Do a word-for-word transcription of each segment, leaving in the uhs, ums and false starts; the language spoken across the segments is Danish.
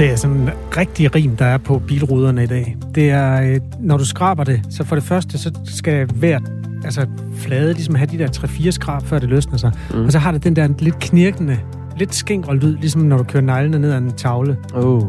Det er sådan en rigtig rim, der er på bilruderne i dag. Det er, når du skraber det, så for det første, så skal hver altså, flade ligesom have de der tre fire skrab, før det løsner sig. Mm. Og så har det den der lidt knirkende, lidt skængre lyd, ligesom når du kører neglene ned ad en tavle. Oh.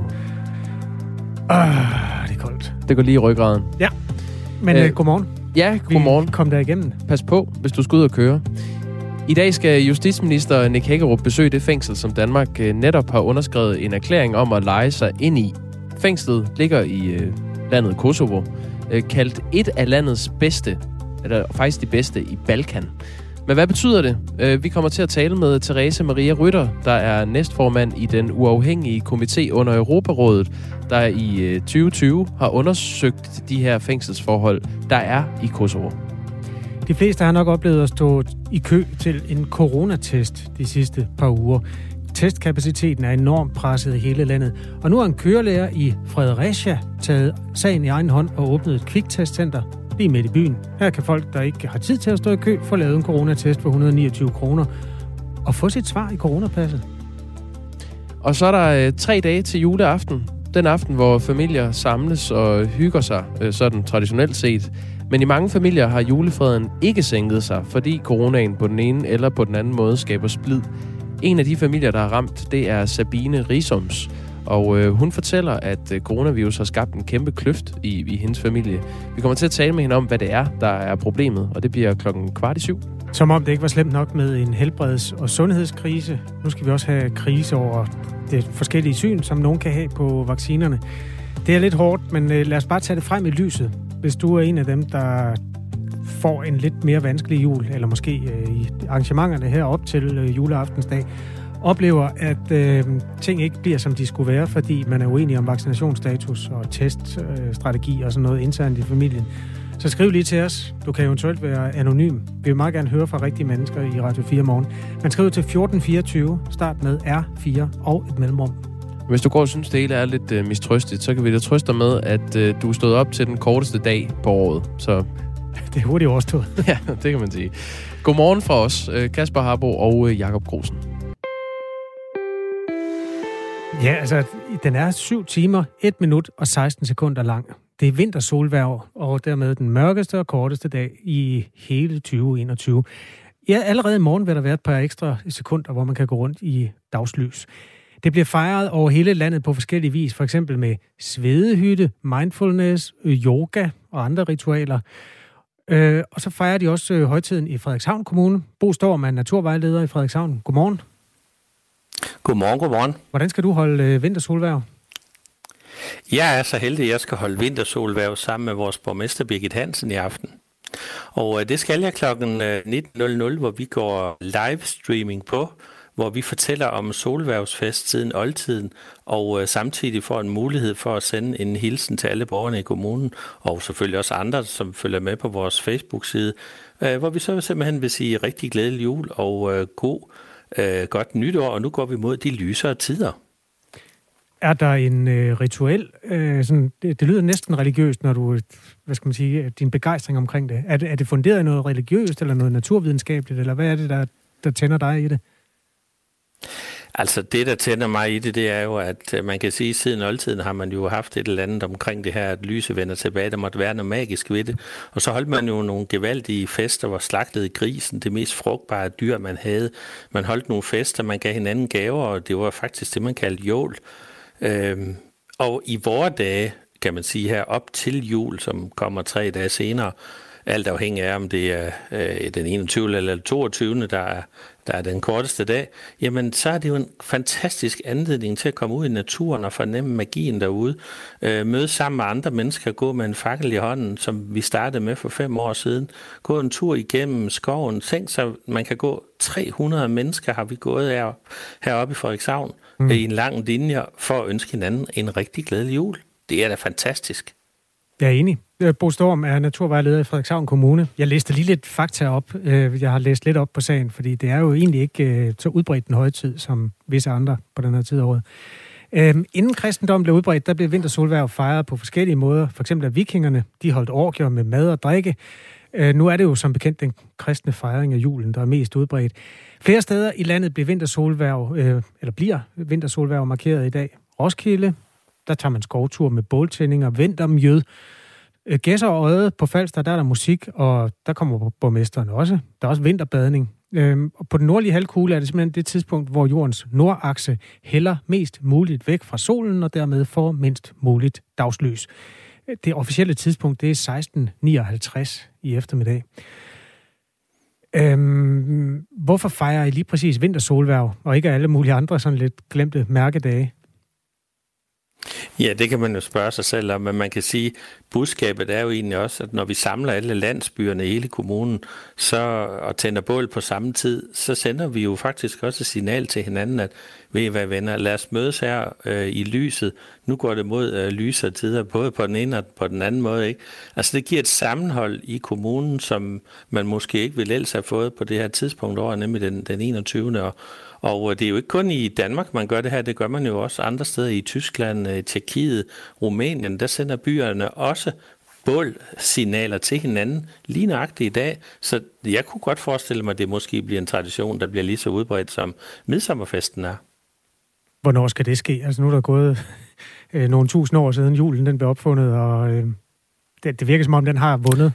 Ah, det er koldt. Det går lige i ryggraden. Ja, men øh, godmorgen. Ja, godmorgen. Vi kom der igennem. Pas på, hvis du skal ud og køre. I dag skal justitsminister Nick Hækkerup besøge det fængsel, som Danmark netop har underskrevet en erklæring om at leje sig ind i. Fængslet ligger i øh, landet Kosovo, øh, kaldt et af landets bedste, eller faktisk de bedste i Balkan. Men hvad betyder det? Øh, vi kommer til at tale med Therese Maria Rytter, der er næstformand i den uafhængige komité under Europarådet, der i øh, tyve tyve har undersøgt de her fængselsforhold, der er i Kosovo. De fleste har nok oplevet at stå i kø til en coronatest de sidste par uger. Testkapaciteten er enormt presset i hele landet. Og nu har en kørelærer i Fredericia taget sagen i egen hånd og åbnet et kviktestcenter lige midt i byen. Her kan folk, der ikke har tid til at stå i kø, få lavet en coronatest for et hundrede og niogtyve kroner og få sit svar i coronapasset. Og så er der øh, tre dage til juleaften. Den aften, hvor familier samles og hygger sig, øh, sådan traditionelt set. Men i mange familier har julefreden ikke sænket sig, fordi coronaen på den ene eller på den anden måde skaber splid. En af de familier, der er ramt, det er Sabine Risums. Og øh, hun fortæller, at øh, coronavirus har skabt en kæmpe kløft i, i hendes familie. Vi kommer til at tale med hende om, hvad det er, der er problemet, og det bliver klokken kvart i syv. Som om det ikke var slemt nok med en helbreds- og sundhedskrise. Nu skal vi også have krise over det forskellige syn, som nogen kan have på vaccinerne. Det er lidt hårdt, men øh, lad os bare tage det frem i lyset. Hvis du er en af dem, der får en lidt mere vanskelig jul, eller måske øh, i arrangementerne her op til øh, juleaftensdag, oplever, at øh, ting ikke bliver, som de skulle være, fordi man er uenig om vaccinationsstatus og teststrategi øh, og sådan noget internt i familien, så skriv lige til os. Du kan eventuelt være anonym. Vi vil meget gerne høre fra rigtige mennesker i Radio fire morgen. Man skriver til fjorten fireogtyve, start med R fire og et mellemrum. Hvis du går og synes, det hele er lidt øh, mistrøstigt, så kan vi da trøste dig med, at øh, du er stået op til den korteste dag på året. Så det er hurtigt overstået. Ja, det kan man sige. Godmorgen fra os, øh, Kasper Harbo og øh, Jakob Grosen. Ja, altså, den er syv timer, et minut og seksten sekunder lang. Det er vintersolværv, og dermed den mørkeste og korteste dag i hele tyve enogtyve. Ja, allerede i morgen vil der være et par ekstra sekunder, hvor man kan gå rundt i dagslys. Det bliver fejret over hele landet på forskellige vis, for eksempel med svedehytte, mindfulness, yoga og andre ritualer. Øh, og så fejrer de også øh, højtiden i Frederikshavn Kommune. Bo Storm er naturvejleder i Frederikshavn. Godmorgen. Godmorgen, godmorgen. Hvordan skal du holde øh, vintersolværv? Jeg er så heldig, at jeg skal holde vintersolværv sammen med vores borgmester Birgit Hansen i aften. Og øh, det skal jeg klokken nitten nul nul, hvor vi går livestreaming på, hvor vi fortæller om solværvsfest siden oldtiden, og øh, samtidig får en mulighed for at sende en hilsen til alle borgerne i kommunen, og selvfølgelig også andre, som følger med på vores Facebook-side, øh, hvor vi så simpelthen vil sige rigtig glædelig jul og øh, god, øh, godt nytår, og nu går vi mod de lysere tider. Er der en øh, rituel, øh, sådan, det, det lyder næsten religiøst, når du, hvad skal man sige, din begejstring omkring det. Er det, er det funderet i noget religiøst, eller noget naturvidenskabeligt, eller hvad er det, der, der tænder dig i det? Altså det, der tænder mig i det, det er jo, at man kan sige, at siden oldtiden har man jo haft et eller andet omkring det her, at lyset vender tilbage. Der måtte være noget magisk ved det. Og så holdt man jo nogle gevaldige fester, hvor slagtede grisen, det mest frugtbare dyr, man havde. Man holdt nogle fester, man gav hinanden gaver, og det var faktisk det, man kaldte jul. Øhm, og i vore dage, kan man sige her, op til jul, som kommer tre dage senere, alt afhængig af, om det er øh, den enogtyvende eller toogtyvende, der er, der er den korteste dag, jamen så er det jo en fantastisk anledning til at komme ud i naturen og fornemme magien derude. Øh, møde sammen med andre mennesker, gå med en fakkel i hånden, som vi startede med for fem år siden. Gå en tur igennem skoven. Tænk sig, man kan gå tre hundrede mennesker, har vi gået her, heroppe i Frederikshavn, mm. i en lang linje for at ønske hinanden en rigtig glædelig jul. Det er da fantastisk. Jeg er enig. Bo Storm er naturvejleder i Frederikshavn Kommune. Jeg læste lige lidt fakta op. Jeg har læst lidt op på sagen, fordi det er jo egentlig ikke så udbredt en højtid, som visse andre på den her tid af året. Inden kristendommen blev udbredt, der blev vintersolværv fejret på forskellige måder. For eksempel af vikingerne, de holdt orgier med mad og drikke. Nu er det jo som bekendt den kristne fejring af julen, der er mest udbredt. Flere steder i landet blev vintersolværv, eller bliver vintersolværv markeret i dag. Roskilde, der tager man skovtur med båltændinger, vintermjød. Gedser og Odde på Falster, der er der musik, og der kommer borgmesteren også. Der er også vinterbadning. Øhm, og på den nordlige halvkugle er det simpelthen det tidspunkt, hvor jordens nordakse hælder mest muligt væk fra solen, og dermed får mindst muligt dagslys. Det officielle tidspunkt, det er seksten nioghalvtreds i eftermiddag. Øhm, hvorfor fejrer I lige præcis vintersolværv, og ikke alle mulige andre sådan lidt glemte mærkedage? Ja, det kan man jo spørge sig selv om, men man kan sige, at budskabet er jo egentlig også, at når vi samler alle landsbyerne i hele kommunen så, og tænder bål på samme tid, så sender vi jo faktisk også et signal til hinanden, at ved I hvad venner, lad os mødes her øh, i lyset. Nu går det mod øh, lysere tider, både på den ene og på den anden måde. Ikke? Altså det giver et sammenhold i kommunen, som man måske ikke ville ellers have fået på det her tidspunkt over, nemlig den, den enogtyvende Og, Og det er jo ikke kun i Danmark, man gør det her. Det gør man jo også andre steder i Tyskland, Tjekkiet, Rumænien. Der sender byerne også bålsignaler til hinanden lige nøjagtigt i dag. Så jeg kunne godt forestille mig, at det måske bliver en tradition, der bliver lige så udbredt, som midsommerfesten er. Hvornår skal det ske? Altså nu er der gået øh, nogle tusind år siden julen den blev opfundet, og øh, det, det virker som om, den har vundet.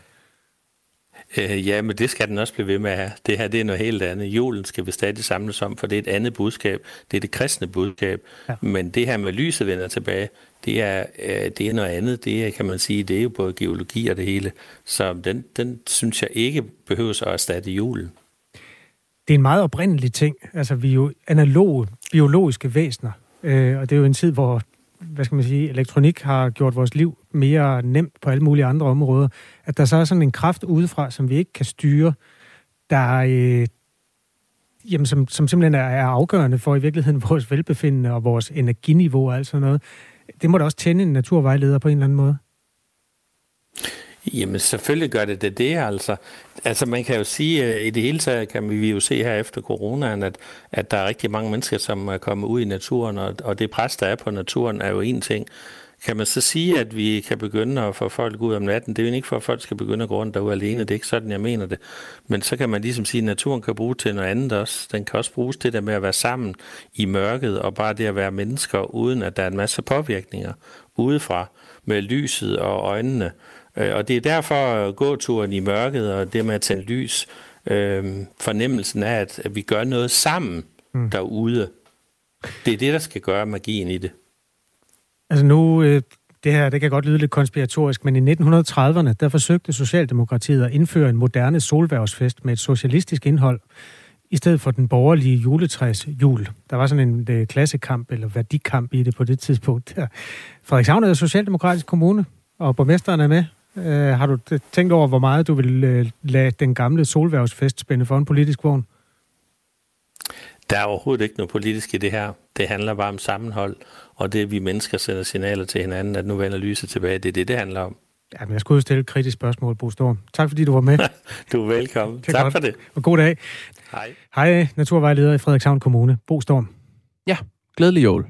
Øh, ja, men det skal den også blive ved med at have. Det her, det er noget helt andet. Julen skal vi stadig samles om, for det er et andet budskab. Det er det kristne budskab. Ja. Men det her med lyset vender tilbage, det er, øh, det er noget andet. Det er, kan man sige, det er jo både geologi og det hele. Så den, den synes jeg ikke behøver at erstatte julen. Det er en meget oprindelig ting. Altså, vi er jo analoge, biologiske væsener. Øh, og det er jo en tid, hvor hvad skal man sige, elektronik har gjort vores liv mere nemt på alle mulige andre områder, at der så er sådan en kraft udefra, som vi ikke kan styre, der øh, jamen, som, som simpelthen er, er afgørende for i virkeligheden vores velbefindende og vores energiniveau og alt sådan noget. Det må da også tænde en naturvejleder på en eller anden måde. Jamen selvfølgelig gør det det, det altså. Altså man kan jo sige, at i det hele taget kan vi jo se her efter coronaen, at, at der er rigtig mange mennesker, som er kommet ud i naturen, og, og det pres, der er på naturen, er jo en ting. Kan man så sige, at vi kan begynde at få folk ud om natten? Det er jo ikke for, at folk skal begynde at gå rundt derude alene. Det er ikke sådan, jeg mener det. Men så kan man ligesom sige, at naturen kan bruges til noget andet også. Den kan også bruges til det med at være sammen i mørket, og bare det at være mennesker, uden at der er en masse påvirkninger udefra, med lyset og øjnene. Og det er derfor gåturen i mørket og det med at tænde lys, øh, fornemmelsen af, at, at vi gør noget sammen mm. derude. Det er det, der skal gøre magien i det. Altså nu, øh, det her det kan godt lyde lidt konspiratorisk, men i nitten trediverne, der forsøgte Socialdemokratiet at indføre en moderne solværvsfest med et socialistisk indhold, i stedet for den borgerlige juletræsjul. Der var sådan en øh, klassekamp eller værdikamp i det på det tidspunkt. Der. Frederikshavn er Socialdemokratisk kommune, og borgmesteren er med. Uh, har du tænkt over, hvor meget du vil uh, lade den gamle solværvsfest spænde for en politisk vogn? Der er overhovedet ikke noget politisk i det her. Det handler bare om sammenhold, og det vi mennesker sender signaler til hinanden, at nu vender lyset tilbage. Det er det, det handler om. Ja, men jeg skulle jo stille et kritisk spørgsmål, Bo Storm. Tak fordi du var med. Du er velkommen. Er tak godt. For det. Og god dag. Hej. Hej, naturvejleder i Frederikshavn Kommune. Bo Storm. Ja, glædelig jul.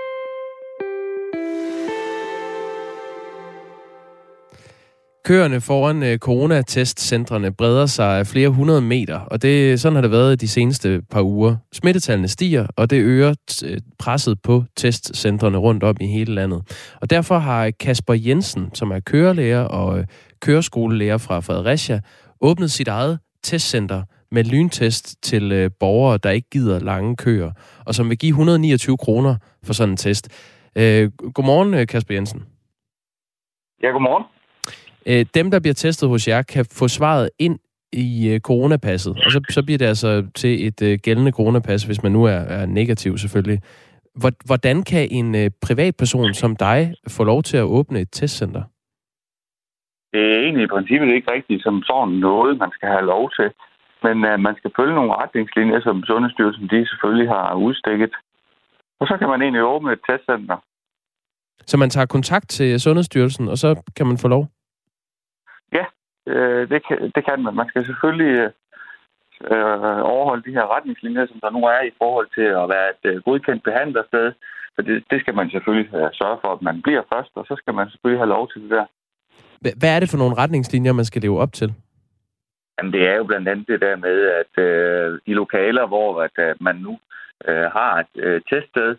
Køerne foran øh, coronatestcentrene breder sig flere hundrede meter, og det, sådan har det været de seneste par uger. Smittetallene stiger, og det øger t- presset på testcentrene rundt om i hele landet. Og derfor har Kasper Jensen, som er kørelærer og øh, køreskolelærer fra Fredericia, åbnet sit eget testcenter med lyntest til øh, borgere, der ikke gider lange køer, og som vil give et hundrede og niogtyve kroner for sådan en test. Øh, godmorgen, Kasper Jensen. Ja, godmorgen. Dem, der bliver testet hos jer, kan få svaret ind i uh, coronapasset, og så, så bliver det altså til et uh, gældende coronapas, hvis man nu er, er negativ selvfølgelig. Hvordan kan en uh, privatperson som dig få lov til at åbne et testcenter? Det er egentlig i princippet ikke rigtigt som sådan noget, man skal have lov til. Men uh, man skal følge nogle retningslinjer, som Sundhedsstyrelsen de selvfølgelig har udstikket. Og så kan man egentlig åbne et testcenter. Så man tager kontakt til Sundhedsstyrelsen, og så kan man få lov? Ja, øh, det, kan, det kan man. Man skal selvfølgelig øh, overholde de her retningslinjer, som der nu er i forhold til at være et øh, godkendt behandlersted. For det, det skal man selvfølgelig øh, sørge for, at man bliver først, og så skal man selvfølgelig have lov til det der. Hvad er det for nogle retningslinjer, man skal leve op til? Jamen, det er jo blandt andet det der med, at øh, de lokaler, hvor at, øh, man nu øh, har et øh, teststed,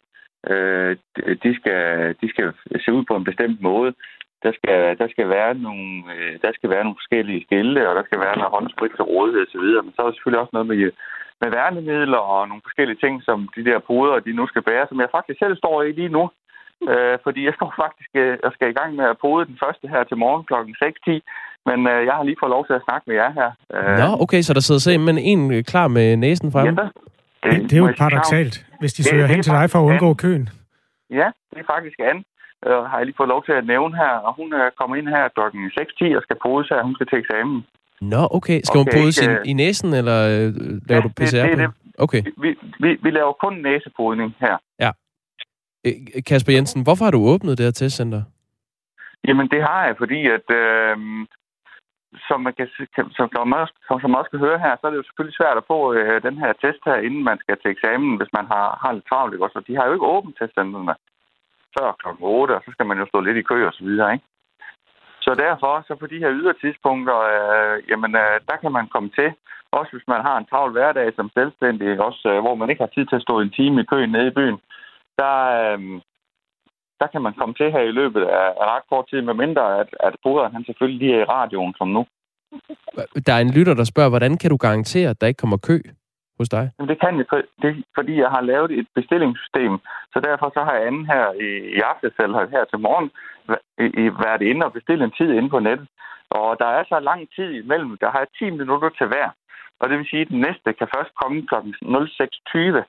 Øh, de, skal, de skal se ud på en bestemt måde. Der skal, der skal være nogle, der skal være nogle forskellige skilte, og der skal være noget håndsprit til rådighed osv. Men så er der selvfølgelig også noget med, med værnemidler og nogle forskellige ting, som de der poder, de nu skal bære, som jeg faktisk selv står i lige nu. Øh, fordi jeg står faktisk og skal i gang med at pode den første her til morgen klokken seks ti. Men øh, jeg har lige fået lov til at snakke med jer her. Øh, Nå, okay, så der sidder simpelthen en klar med næsen fremme? Ja, det, det, det er jo paradoksalt, hvis de søger hen til dig for at undgå køen. Ja, det er faktisk Anne. Uh, har jeg lige fået lov til at nævne her, og hun uh, kommer ind her klokken seks ti og skal pode sig, og hun skal til eksamen. Nå, okay. Skal okay, hun pode sin, i næsen, eller øh, laver ja, du P C R det, på? det, det. Okay. Vi, vi, vi laver kun næsepodning her. Ja. Kasper Jensen, hvorfor har du åbnet det her testcenter? Jamen, det har jeg, fordi at, øh, som man kan, som, som, som, som man også kan høre her, så er det jo selvfølgelig svært at få øh, den her test her, inden man skal til eksamen, hvis man har, har lidt travlt, ikke? Så de har jo ikke åbent testcenterne før klokken otte, og så skal man jo stå lidt i kø og så videre, ikke? Så derfor, så på de her ydertidspunkter, øh, jamen, øh, der kan man komme til, også hvis man har en travl hverdag som selvstændig, også øh, hvor man ikke har tid til at stå en time i køen nede i byen, der, øh, der kan man komme til her i løbet af, af ret kort tid, medmindre at, at poderen, han selvfølgelig lige er i radioen som nu. Der er en lytter, der spørger, hvordan kan du garantere, at der ikke kommer kø hos dig? Jamen, det kan jeg, det, fordi jeg har lavet et bestillingssystem, så derfor så har jeg anden her i, i aftes, eller her til morgen, i, i, været inde og bestille en tid inde på nettet. Og der er så lang tid imellem, der har jeg ti minutter til hver. Og det vil sige, at den næste kan først komme klokken nul seks tyve.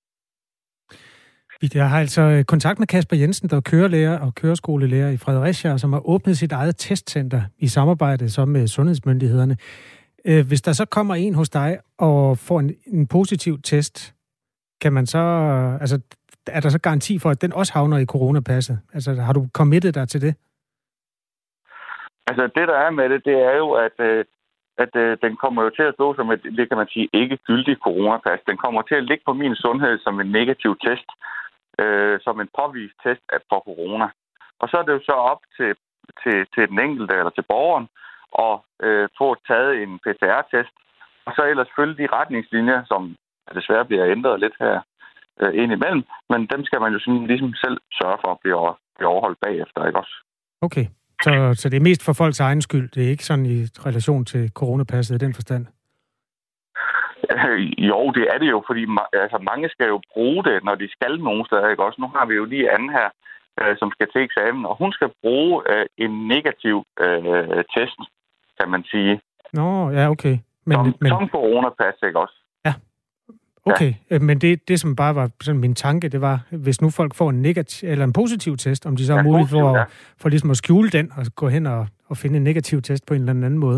Jeg har altså kontakt med Kasper Jensen, der er kørelærer og køreskolelærer i Fredericia, som har åbnet sit eget testcenter i samarbejde så med sundhedsmyndighederne. Hvis der så kommer en hos dig og får en, en positiv test, kan man så, altså, er der så garanti for, at den også havner i coronapasset? Altså, har du committet dig til det? Altså, det der er med det, det er jo, at, at, at den kommer jo til at stå som et, det kan man sige, ikke gyldigt coronapas. Den kommer til at ligge på min sundhed som en negativ test, øh, som en påvist test for corona. Og så er det jo så op til, til, til den enkelte eller til borgeren, og øh, få taget en P C R-test, og så ellers følge de retningslinjer, som desværre bliver ændret lidt her øh, ind imellem, men dem skal man jo sådan ligesom selv sørge for at blive, over, blive overholdt bagefter, ikke også? Okay, så, så det er mest for folks egen skyld, det er ikke sådan i relation til coronapasset i den forstand? Øh, jo, det er det jo, fordi ma- altså, mange skal jo bruge det, når de skal nogen steder, ikke også? Nu har vi jo lige anden her, øh, som skal til eksamen, og hun skal bruge øh, en negativ øh, test, kan man sige. Nå, ja, okay. Men, som, men... som coronapas, ikke også? Ja, okay. Ja. Men det, det, som bare var sådan min tanke, det var, hvis nu folk får en negativ eller en positiv test, om de så har ja, mulighed for, ja. for ligesom at skjule den, og gå hen og, og finde en negativ test på en eller anden måde.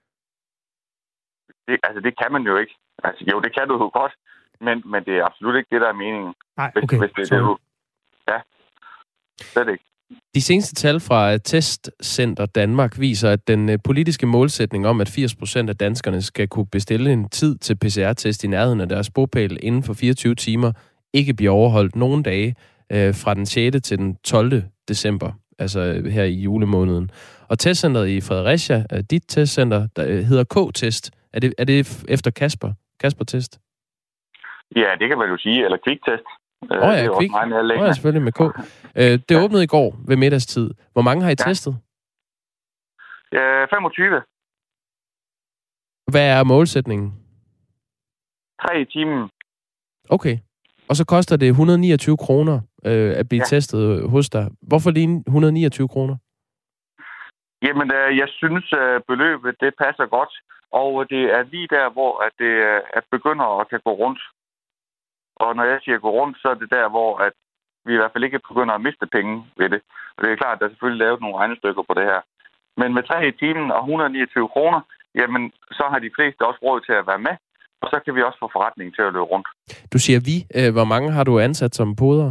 Det, altså, det kan man jo ikke. Altså, jo, det kan du jo godt, men, men det er absolut ikke det, der er meningen. Nej, okay. Hvis, hvis det, det, du... Ja, det er det ikke. De seneste tal fra Testcenter Danmark viser, at den politiske målsætning om, at firs procent af danskerne skal kunne bestille en tid til P C R-test i nærheden af deres bopæl inden for fireogtyve timer, ikke bliver overholdt nogen dage øh, fra den sjette til den tolvte december, altså her i julemåneden. Og testcenteret i Fredericia, dit testcenter, der hedder K-test. Er det, er det efter Kasper? Kasper-test? Ja, det kan man jo sige. Eller Kvik-test. Åh oh, ja, Kvik. Åh oh, ja, selvfølgelig med K. Øh, det ja. åbnede i går ved middagstid. Hvor mange har I ja. testet? Ja, femogtyve. Hvad er målsætningen? Tre i timen. Okay. Og så koster det et hundrede og niogtyve kroner øh, at blive ja. testet hos dig. Hvorfor lige et hundrede og niogtyve kroner? Jamen, øh, jeg synes, øh, beløbet det passer godt. Og det er lige der, hvor at det at begynder at kan gå rundt. Og når jeg siger gå rundt, så er det der, hvor at vi i hvert fald ikke begynder at miste penge ved det. Og det er klart, at der er selvfølgelig lavet nogle regnestykker på det her. Men med tre i timen og et hundrede og niogtyve kroner, jamen, så har de fleste også råd til at være med. Og så kan vi også få forretningen til at løbe rundt. Du siger vi. Hvor mange har du ansat som poder?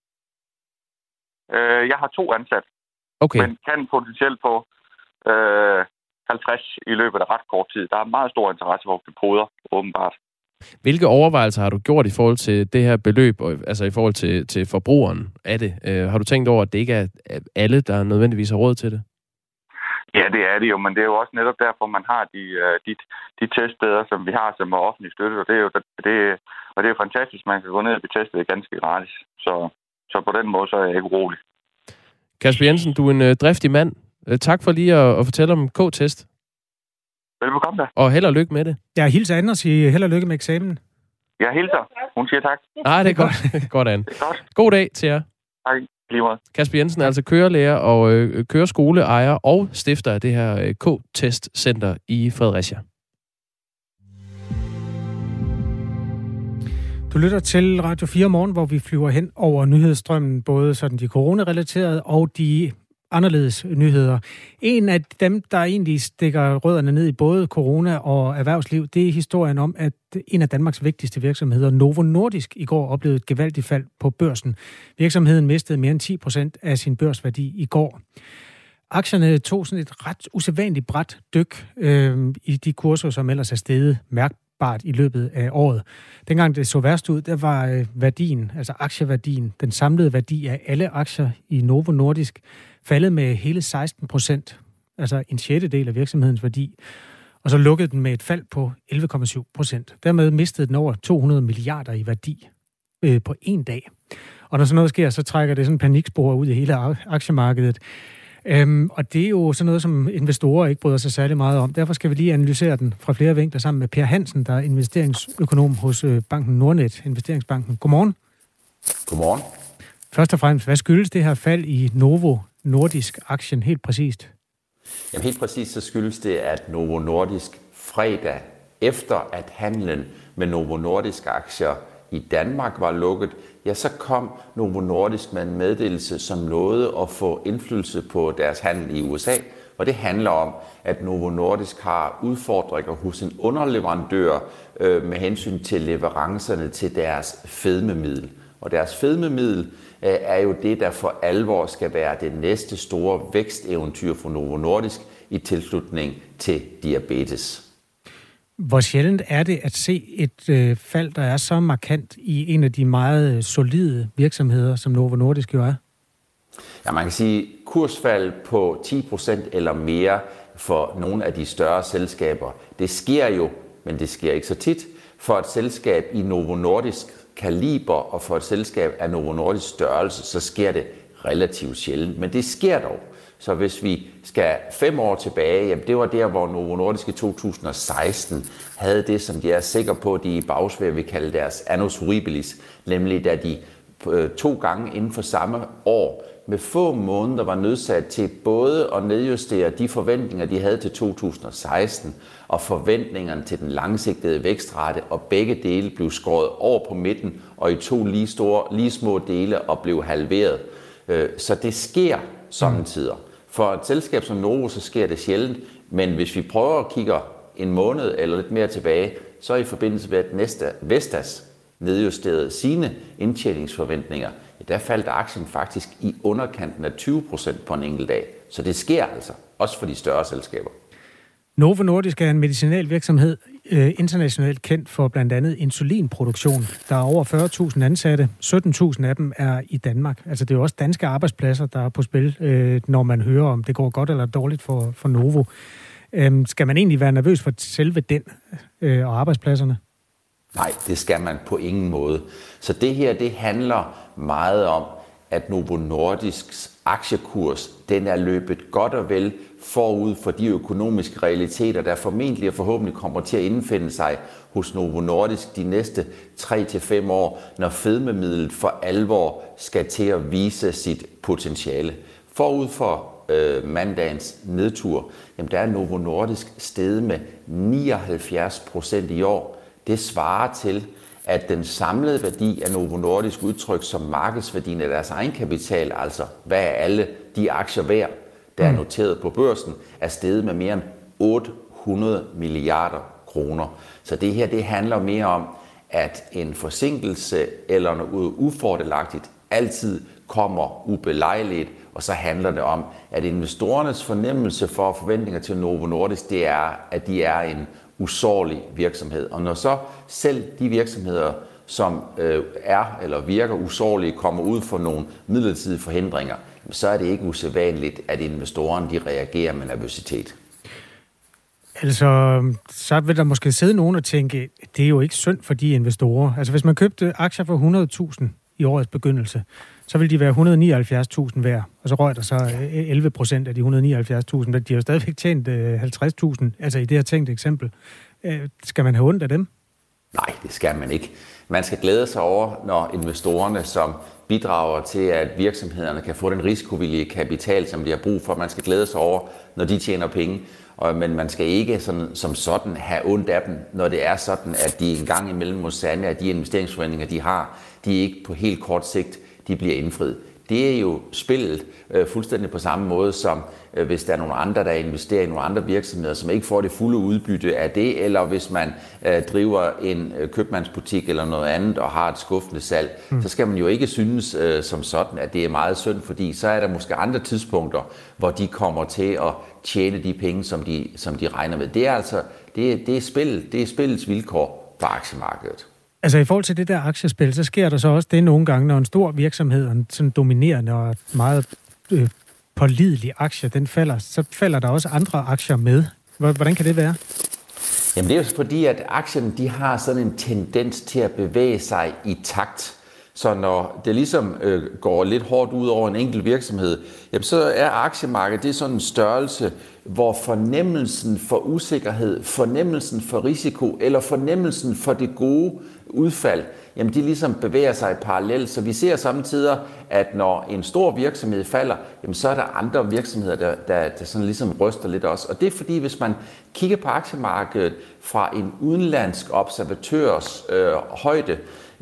Øh, jeg har to ansat. Okay. Men kan potentielt få øh, halvtreds i løbet af ret kort tid. Der er meget stor interesse for at blive poder, åbenbart. Hvilke overvejelser har du gjort i forhold til det her beløb, altså i forhold til, til forbrugeren af det? Øh, har du tænkt over, at det ikke er alle, der nødvendigvis har råd til det? Ja, det er det jo, men det er jo også netop derfor, man har de, de, de teststeder, som vi har, som er offentlig støtte, og det er jo det, og det er jo fantastisk, man kan gå ned og blive testet ganske gratis. Så, så på den måde, så er jeg ikke urolig. Kasper Jensen, du er en øh, driftig mand. Øh, tak for lige at, at fortælle om K-test. Velbekomme da. Og held og lykke med det. Jeg hilser Anne og siger held og lykke med eksamen. Jeg hilser. Hun siger tak. Nej, det er godt. Godt, Anne. Det er godt. God dag til jer. Tak. Lige meget. Kasper Jensen er altså kørelærer og øh, køreskoleejer og stifter af det her øh, K-testcenter i Fredericia. Du lytter til Radio fire Morgen, hvor vi flyver hen over nyhedsstrømmen, både sådan de corona-relaterede og de anderledes nyheder. En af dem, der egentlig stikker rødderne ned i både corona og erhvervsliv, det er historien om, at en af Danmarks vigtigste virksomheder, Novo Nordisk, i går oplevede et gevaldigt fald på børsen. Virksomheden mistede mere end ti procent af sin børsværdi i går. Aktierne tog sådan et ret usædvanligt brat dyk øh, i de kurser, som ellers er steget mærkbart i løbet af året. Dengang det så værst ud, der var øh, værdien, altså aktieværdien, den samlede værdi af alle aktier i Novo Nordisk, faldet med hele seksten procent, altså en sjettedel af virksomhedens værdi. Og så lukkede den med et fald på elleve komma syv procent. Dermed mistede den over to hundrede milliarder i værdi øh, på en dag. Og når sådan noget sker, så trækker det sådan en panikspor ud i hele aktiemarkedet. Øhm, og det er jo sådan noget, som investorer ikke bryder sig særlig meget om. Derfor skal vi lige analysere den fra flere vinkler sammen med Per Hansen, der er investeringsøkonom hos øh, banken Nordnet, Investeringsbanken. Godmorgen. Godmorgen. Først og fremmest, hvad skyldes det her fald i Novo Nordisk-aktien helt præcist? Jamen helt præcist så skyldes det, at Novo Nordisk fredag, efter at handlen med Novo Nordisk-aktier i Danmark var lukket, ja, så kom Novo Nordisk med en meddelelse, som nåede at få indflydelse på deres handel i U S A. Og det handler om, at Novo Nordisk har udfordringer hos en underleverandør øh, med hensyn til leverancerne til deres fedmemiddel. Og deres fedmemiddel øh, er jo det, der for alvor skal være det næste store væksteventyr for Novo Nordisk i tilslutning til diabetes. Hvor sjældent er det at se et øh, fald, der er så markant i en af de meget solide virksomheder, som Novo Nordisk jo er? Ja, man kan sige, kursfald på ti procent eller mere for nogle af de større selskaber, det sker jo, men det sker ikke så tit. For et selskab i Novo Nordisk kaliber og for et selskab af Novo Nordisk størrelse, så sker det relativt sjældent, men det sker dog. Så hvis vi skal fem år tilbage, jamen det var der, hvor Novo Nordisk i to tusind og seksten havde det, som de er sikre på, de i bagsvær vil kalde deres annus horribilis, nemlig da de to gange inden for samme år med få måneder var nødsat til både at nedjustere de forventninger, de havde til to tusind og seksten, og forventningerne til den langsigtede vækstrate, og begge dele blev skåret over på midten, og i to lige, store, lige små dele og blev halveret. Så det sker samtidig. For et selskab som Novo, så sker det sjældent, men hvis vi prøver at kigge en måned eller lidt mere tilbage, så i forbindelse med, at næste Vestas nedjusterede sine indtjeningsforventninger, ja, der faldt aktien faktisk i underkanten af tyve procent på en enkelt dag. Så det sker altså, også for de større selskaber. Novo Nordisk er en medicinalvirksomhed, øh, internationalt kendt for blandt andet insulinproduktion. Der er over fyrre tusind ansatte, sytten tusind af dem er i Danmark. Altså det er jo også danske arbejdspladser, der er på spil, øh, når man hører om det går godt eller dårligt for, for Novo. Øh, skal man egentlig være nervøs for selve den øh, og arbejdspladserne? Nej, det skal man på ingen måde. Så det her, det handler meget om, at Novo Nordisks aktiekurs, den er løbet godt og vel forud for de økonomiske realiteter, der formentlig og forhåbentlig kommer til at indfinde sig hos Novo Nordisk de næste tre til fem år, når fedmemidlet for alvor skal til at vise sit potentiale. Forud for øh, mandagens nedtur, jamen der er Novo Nordisk steget med nioghalvfjerds procent i år. Det svarer til, at den samlede værdi af Novo Nordisk udtrykt som markedsværdien af deres egenkapital, altså hvad er alle de aktier værd, der er noteret på børsen, er steget med mere end otte hundrede milliarder kroner. Så det her, det handler mere om, at en forsinkelse eller noget ufordelagtigt altid kommer ubelejligt, og så handler det om, at investorernes fornemmelse for forventninger til Novo Nordisk, det er, at de er en usårlig virksomhed. Og når så selv de virksomheder, som øh, er eller virker usårlige, kommer ud for nogle midlertidige forhindringer, så er det ikke usædvanligt, at investorerne de reagerer med nervøsitet. Altså, så vil der måske sidde nogen og tænke, det er jo ikke synd for de investorer. Altså, hvis man købte aktier for hundrede tusind i årets begyndelse, så vil de være et hundrede og nioghalvfjerds tusind hver, og så røg der så elleve procent af de et hundrede og nioghalvfjerds tusind, men de har jo stadigvæk tjent halvtreds tusind, altså i det her tænkte eksempel. Skal man have ondt af dem? Nej, det skal man ikke. Man skal glæde sig over, når investorerne, som bidrager til, at virksomhederne kan få den risikovillige kapital, som de har brug for. Man skal glæde sig over, når de tjener penge. Og, men man skal ikke sådan, som sådan have ondt af dem, når det er sådan, at de en gang imellem må sande, at de investeringsforventninger, de har, de ikke på helt kort sigt, de bliver indfriet. Det er jo spillet øh, fuldstændig på samme måde, som øh, hvis der er nogle andre, der investerer i nogle andre virksomheder, som ikke får det fulde udbytte af det, eller hvis man øh, driver en øh, købmandsbutik eller noget andet og har et skuffende salg, mm. så skal man jo ikke synes øh, som sådan, at det er meget synd, fordi så er der måske andre tidspunkter, hvor de kommer til at tjene de penge, som de, som de regner med. Det er altså det, det er spillet, det er spillets vilkår på aktiemarkedet. Altså i forhold til det der aktiespil, så sker der så også det nogle gange, når en stor virksomhed, en sådan dominerende og meget øh, pålidelig aktie, den falder, så falder der også andre aktier med. Hvordan kan det være? Jamen det er jo fordi, at aktierne de har sådan en tendens til at bevæge sig i takt. Så når det ligesom øh, går lidt hårdt ud over en enkelt virksomhed, jamen så er aktiemarkedet det er sådan en størrelse, hvor fornemmelsen for usikkerhed, fornemmelsen for risiko eller fornemmelsen for det gode udfald, jamen de ligesom bevæger sig parallelt. Så vi ser samtidig, at når en stor virksomhed falder, jamen så er der andre virksomheder, der, der, der sådan ligesom ryster lidt også. Og det er fordi, hvis man kigger på aktiemarkedet fra en udenlandsk observatørs øh, højde,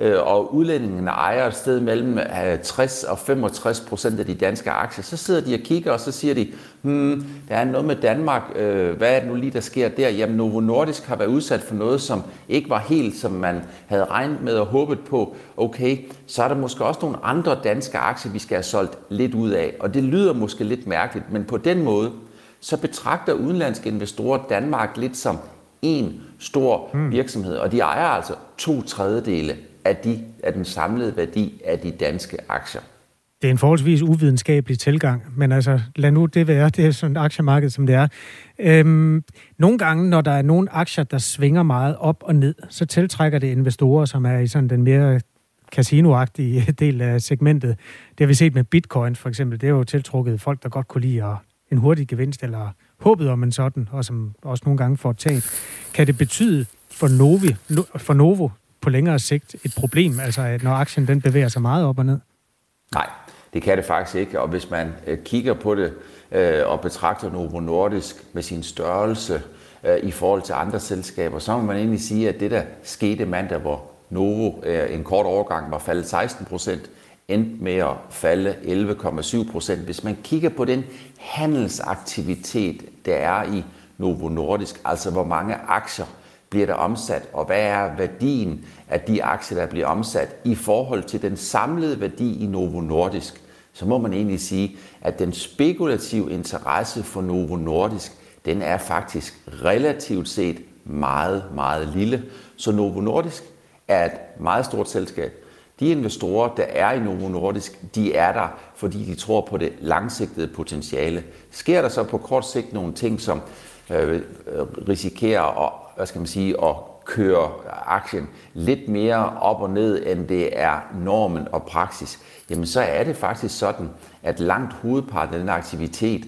og udlændingene ejer et sted mellem tres og femogtres procent af de danske aktier, så sidder de og kigger, og så siger de, hmm, der er noget med Danmark, hvad er det nu lige, der sker der? Jamen, Novo Nordisk har været udsat for noget, som ikke var helt, som man havde regnet med og håbet på. Okay, så er der måske også nogle andre danske aktier, vi skal have solgt lidt ud af, og det lyder måske lidt mærkeligt, men på den måde, så betragter udenlandske investorer Danmark lidt som en stor virksomhed, og de ejer altså to tredjedele af, de, af den samlede værdi af de danske aktier. Det er en forholdsvis uvidenskabelig tilgang, men altså lad nu det være, det er sådan et aktiemarked, som det er. Øhm, nogle gange, når der er nogle aktier, der svinger meget op og ned, så tiltrækker det investorer, som er i sådan den mere casinoagtige del af segmentet. Det har vi set med Bitcoin for eksempel. Det er jo tiltrukket folk, der godt kunne lide en hurtig gevinst, eller håbet om en sådan, og som også nogle gange får tab. Kan det betyde for, Novi, for Novo på længere sigt et problem, altså når aktien den bevæger sig meget op og ned? Nej, det kan det faktisk ikke, og hvis man øh, kigger på det øh, og betragter Novo Nordisk med sin størrelse øh, i forhold til andre selskaber, så må man egentlig sige, at det der skete mandag, hvor Novo øh, en kort overgang var faldet seksten procent, endte med at falde elleve komma syv procent. Hvis man kigger på den handelsaktivitet, der er i Novo Nordisk, altså hvor mange aktier bliver der omsat, og hvad er værdien af de aktier, der bliver omsat i forhold til den samlede værdi i Novo Nordisk, så må man egentlig sige, at den spekulative interesse for Novo Nordisk, den er faktisk relativt set meget, meget lille. Så Novo Nordisk er et meget stort selskab. De investorer, der er i Novo Nordisk, de er der, fordi de tror på det langsigtede potentiale. Sker der så på kort sigt nogle ting, som øh, risikerer at, hvad skal man sige, at køre aktien lidt mere op og ned, end det er normen og praksis, jamen så er det faktisk sådan, at langt hovedparten af den aktivitet,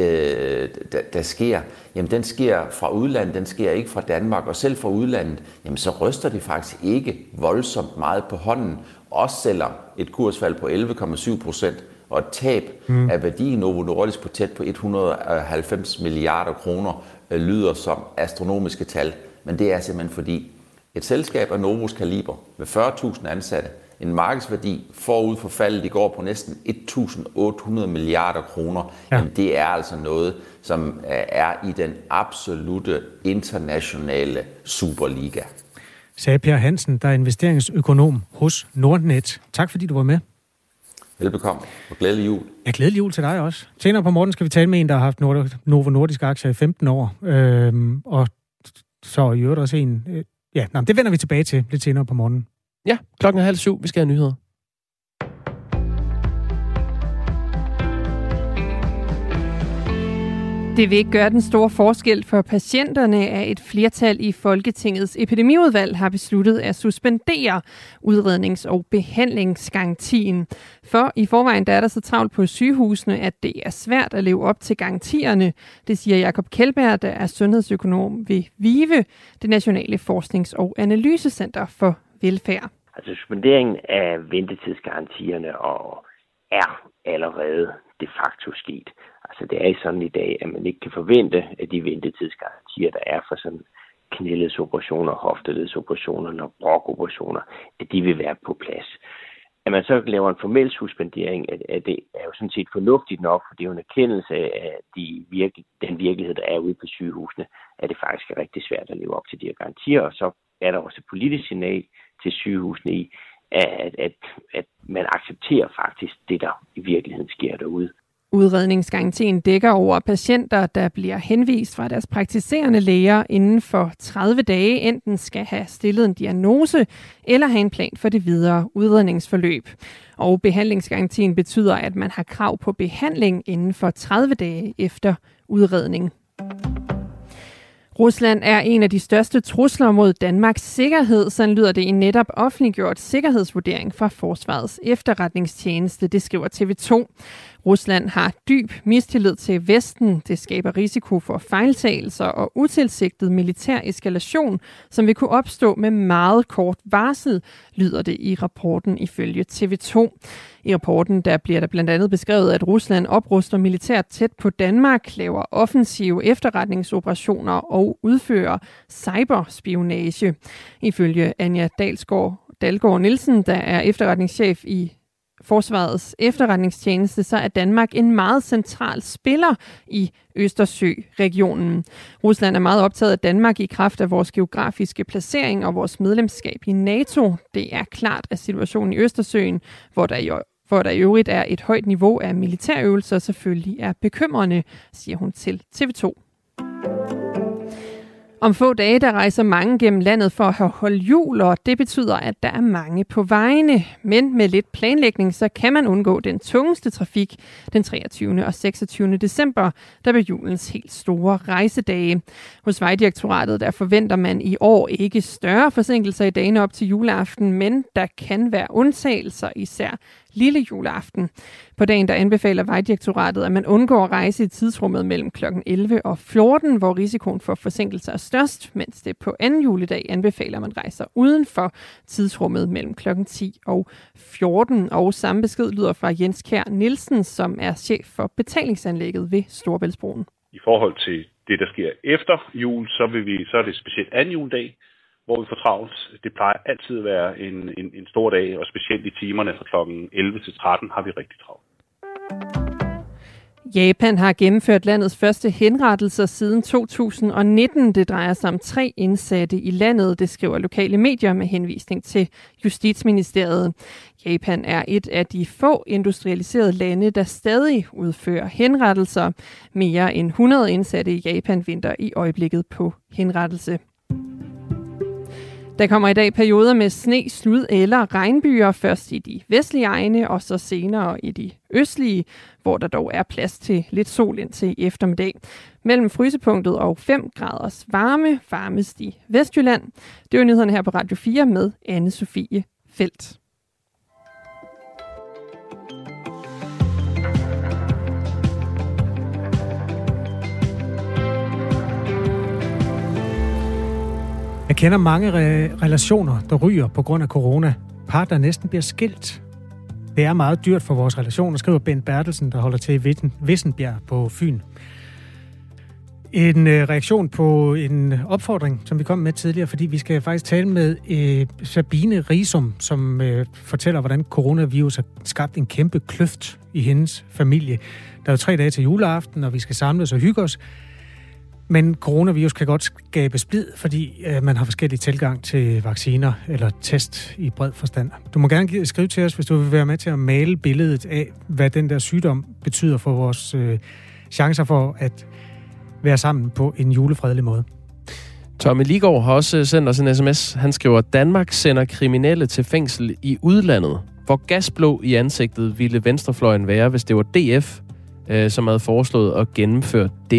øh, der, der sker, jamen den sker fra udlandet, den sker ikke fra Danmark, og selv fra udlandet, jamen så ryster det faktisk ikke voldsomt meget på hånden, også selvom et kursfald på elleve komma syv procent og et tab mm. af værdien Novo Nordisk på tæt på et hundrede og halvfems milliarder kroner øh, lyder som astronomiske tal. Men det er simpelthen fordi et selskab af Novos kaliber med fyrre tusind ansatte, en markedsværdi forud for faldet i går på næsten et tusind otte hundrede milliarder kroner, ja. Jamen det er altså noget, som er i den absolute internationale superliga. Sagde Per Hansen, der er investeringsøkonom hos Nordnet. Tak fordi du var med. Velbekomme, og glædelig jul. Ja, glædelig jul til dig også. Senere på morgen skal vi tale med en, der har haft Novo Nordisk aktier i femten år. Øhm, og så i øvrigt også en... Øh, ja, nej, det vender vi tilbage til lidt senere på morgenen. Ja, klokken er halv syv. Vi skal have nyheder. Det vil ikke gøre den store forskel for patienterne, at et flertal i Folketingets epidemiudvalg har besluttet at suspendere udrednings- og behandlingsgarantien. For i forvejen der er der så travlt på sygehusene, at det er svært at leve op til garantierne. Det siger Jakob Kjeldberg, der er sundhedsøkonom ved VIVE, det nationale forsknings- og analysecenter for velfærd. Altså suspenderingen af ventetidsgarantierne og er allerede de facto sket. Altså det er sådan i dag, at man ikke kan forvente, at de ventetidsgarantier, der er for sådan knæledsoperationer, hofteledsoperationer eller brokoperationer, at de vil være på plads. At man så laver en formel suspendering, at det er jo sådan set fornuftigt nok, for det er jo en erkendelse af de virke, den virkelighed, der er ude på sygehusene, at det faktisk er rigtig svært at leve op til de her garantier, og så er der også et politisk signal til sygehusene i, at, at, at man accepterer faktisk det, der i virkeligheden sker derude. Udredningsgarantien dækker over patienter, der bliver henvist fra deres praktiserende læger inden for tredive dage, enten skal have stillet en diagnose eller have en plan for det videre udredningsforløb. Og behandlingsgarantien betyder, at man har krav på behandling inden for tredive dage efter udredning. Rusland er en af de største trusler mod Danmarks sikkerhed, sådan lyder det i en netop offentliggjort sikkerhedsvurdering fra Forsvarets efterretningstjeneste, det skriver T V to. Rusland har dyb mistillid til Vesten. Det skaber risiko for fejltagelser og utilsigtet militær eskalation, som vil kunne opstå med meget kort varsel, lyder det i rapporten ifølge T V to. I rapporten der bliver der blandt andet beskrevet, at Rusland opruster militært tæt på Danmark, laver offensive efterretningsoperationer og udfører cyberspionage. Ifølge Anja Dalsgaard, Dalgaard Nielsen, der er efterretningschef i Forsvarets efterretningstjeneste, så er Danmark en meget central spiller i Østersø-regionen. Rusland er meget optaget af Danmark i kraft af vores geografiske placering og vores medlemskab i NATO. Det er klart, at situationen i Østersøen, hvor der i hvor der i øvrigt er et højt niveau af militærøvelser, selvfølgelig er bekymrende, siger hun til T V to. Om få dage der rejser mange gennem landet for at holde jul, og det betyder, at der er mange på vejene. Men med lidt planlægning, så kan man undgå den tungeste trafik den treogtyvende og seksogtyvende december, der bliver julens helt store rejsedage. Hos Vejdirektoratet der forventer man i år ikke større forsinkelser i dagene op til juleaften, men der kan være undtagelser, især lille juleaften. På dagen der anbefaler Vejdirektoratet, at man undgår at rejse i tidsrummet mellem klokken elleve og fjorten, hvor risikoen for forsinkelser er størst, mens det på anden juledag anbefaler, at man rejser uden for tidsrummet mellem klokken ti og fjorten. Og samme besked lyder fra Jens Kjær Nielsen, som er chef for betalingsanlægget ved Storebæltsbroen. I forhold til det, der sker efter jul, så, vil vi, så er det specielt anden juledag, hvor vi får travlt. Det plejer altid at være en, en, en stor dag, og specielt i timerne fra klokken elleve til tretten har vi rigtig travlt. Japan har gennemført landets første henrettelser siden to tusind og nitten. Det drejer sig om tre indsatte i landet, det skriver lokale medier med henvisning til Justitsministeriet. Japan er et af de få industrialiserede lande, der stadig udfører henrettelser. Mere end hundrede indsatte i Japan venter i øjeblikket på henrettelse. Der kommer i dag perioder med sne, slud eller regnbyger, først i de vestlige egne og så senere i de østlige, hvor der dog er plads til lidt sol indtil i eftermiddag. Mellem frysepunktet og fem graders varme varmest i Vestjylland. Det var nyhederne her på Radio fire med Anne Sofie Felt. Jeg kender mange re- relationer, der ryger på grund af corona. Par, der næsten bliver skilt. Det er meget dyrt for vores relationer, skriver Bent Bertelsen, der holder til i Vissenbjerg på Fyn. En øh, reaktion på en opfordring, som vi kom med tidligere, fordi vi skal faktisk tale med øh, Sabine Risum, som øh, fortæller, hvordan coronavirus har skabt en kæmpe kløft i hendes familie. Der er jo tre dage til juleaften, og vi skal samles og hygge os. Men coronavirus kan godt skabe splid, fordi øh, man har forskellige tilgang til vacciner eller test i bred forstand. Du må gerne skrive til os, hvis du vil være med til at male billedet af, hvad den der sygdom betyder for vores øh, chancer for at være sammen på en julefredelig måde. Tommy Liggaard har også sendt os en sms. Han skriver, at Danmark sender kriminelle til fængsel i udlandet. Hvor gasblå i ansigtet ville venstrefløjen være, hvis det var D F, øh, som havde foreslået at gennemføre dette.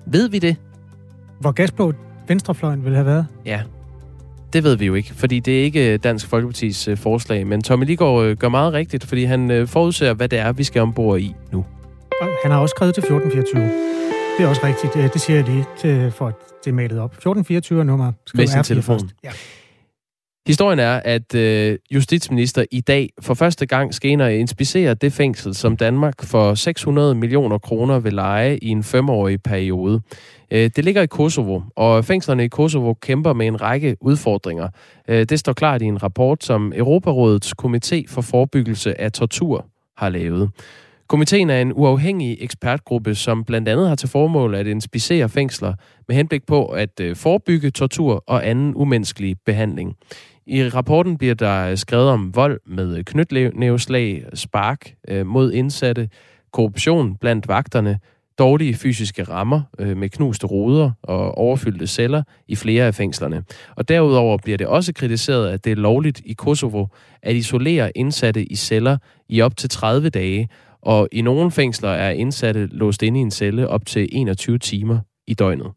Ved vi det? Hvor gasblå venstrefløjen ville have været? Ja, det ved vi jo ikke, fordi det er ikke Dansk Folkepartis forslag. Men Tommy Liggaard gør meget rigtigt, fordi han forudser, hvad det er, vi skal ombord i nu. Og han har også skrevet til fjorten fireogtyve. Det er også rigtigt. Det siger jeg lige til, for at det er malet op. fjorten fireogtyve er nummer. Med sin telefon. Ja. Historien er, at øh, justitsminister i dag for første gang skal ind og inspicere det fængsel, som Danmark for seks hundrede millioner kroner vil leje i en femårig periode. Øh, det ligger i Kosovo, og fængslerne i Kosovo kæmper med en række udfordringer. Øh, det står klart i en rapport, som Europarådets Komité for Forebyggelse af Tortur har lavet. Komiteen er en uafhængig ekspertgruppe, som blandt andet har til formål at inspicere fængsler med henblik på at øh, forebygge tortur og anden umenneskelig behandling. I rapporten bliver der skrevet om vold med knytnæveslag, spark øh, mod indsatte, korruption blandt vagterne, dårlige fysiske rammer øh, med knuste ruder og overfyldte celler i flere af fængslerne. Og derudover bliver det også kritiseret, at det er lovligt i Kosovo at isolere indsatte i celler i op til tredive dage, og i nogle fængsler er indsatte låst inde i en celle op til enogtyve timer i døgnet.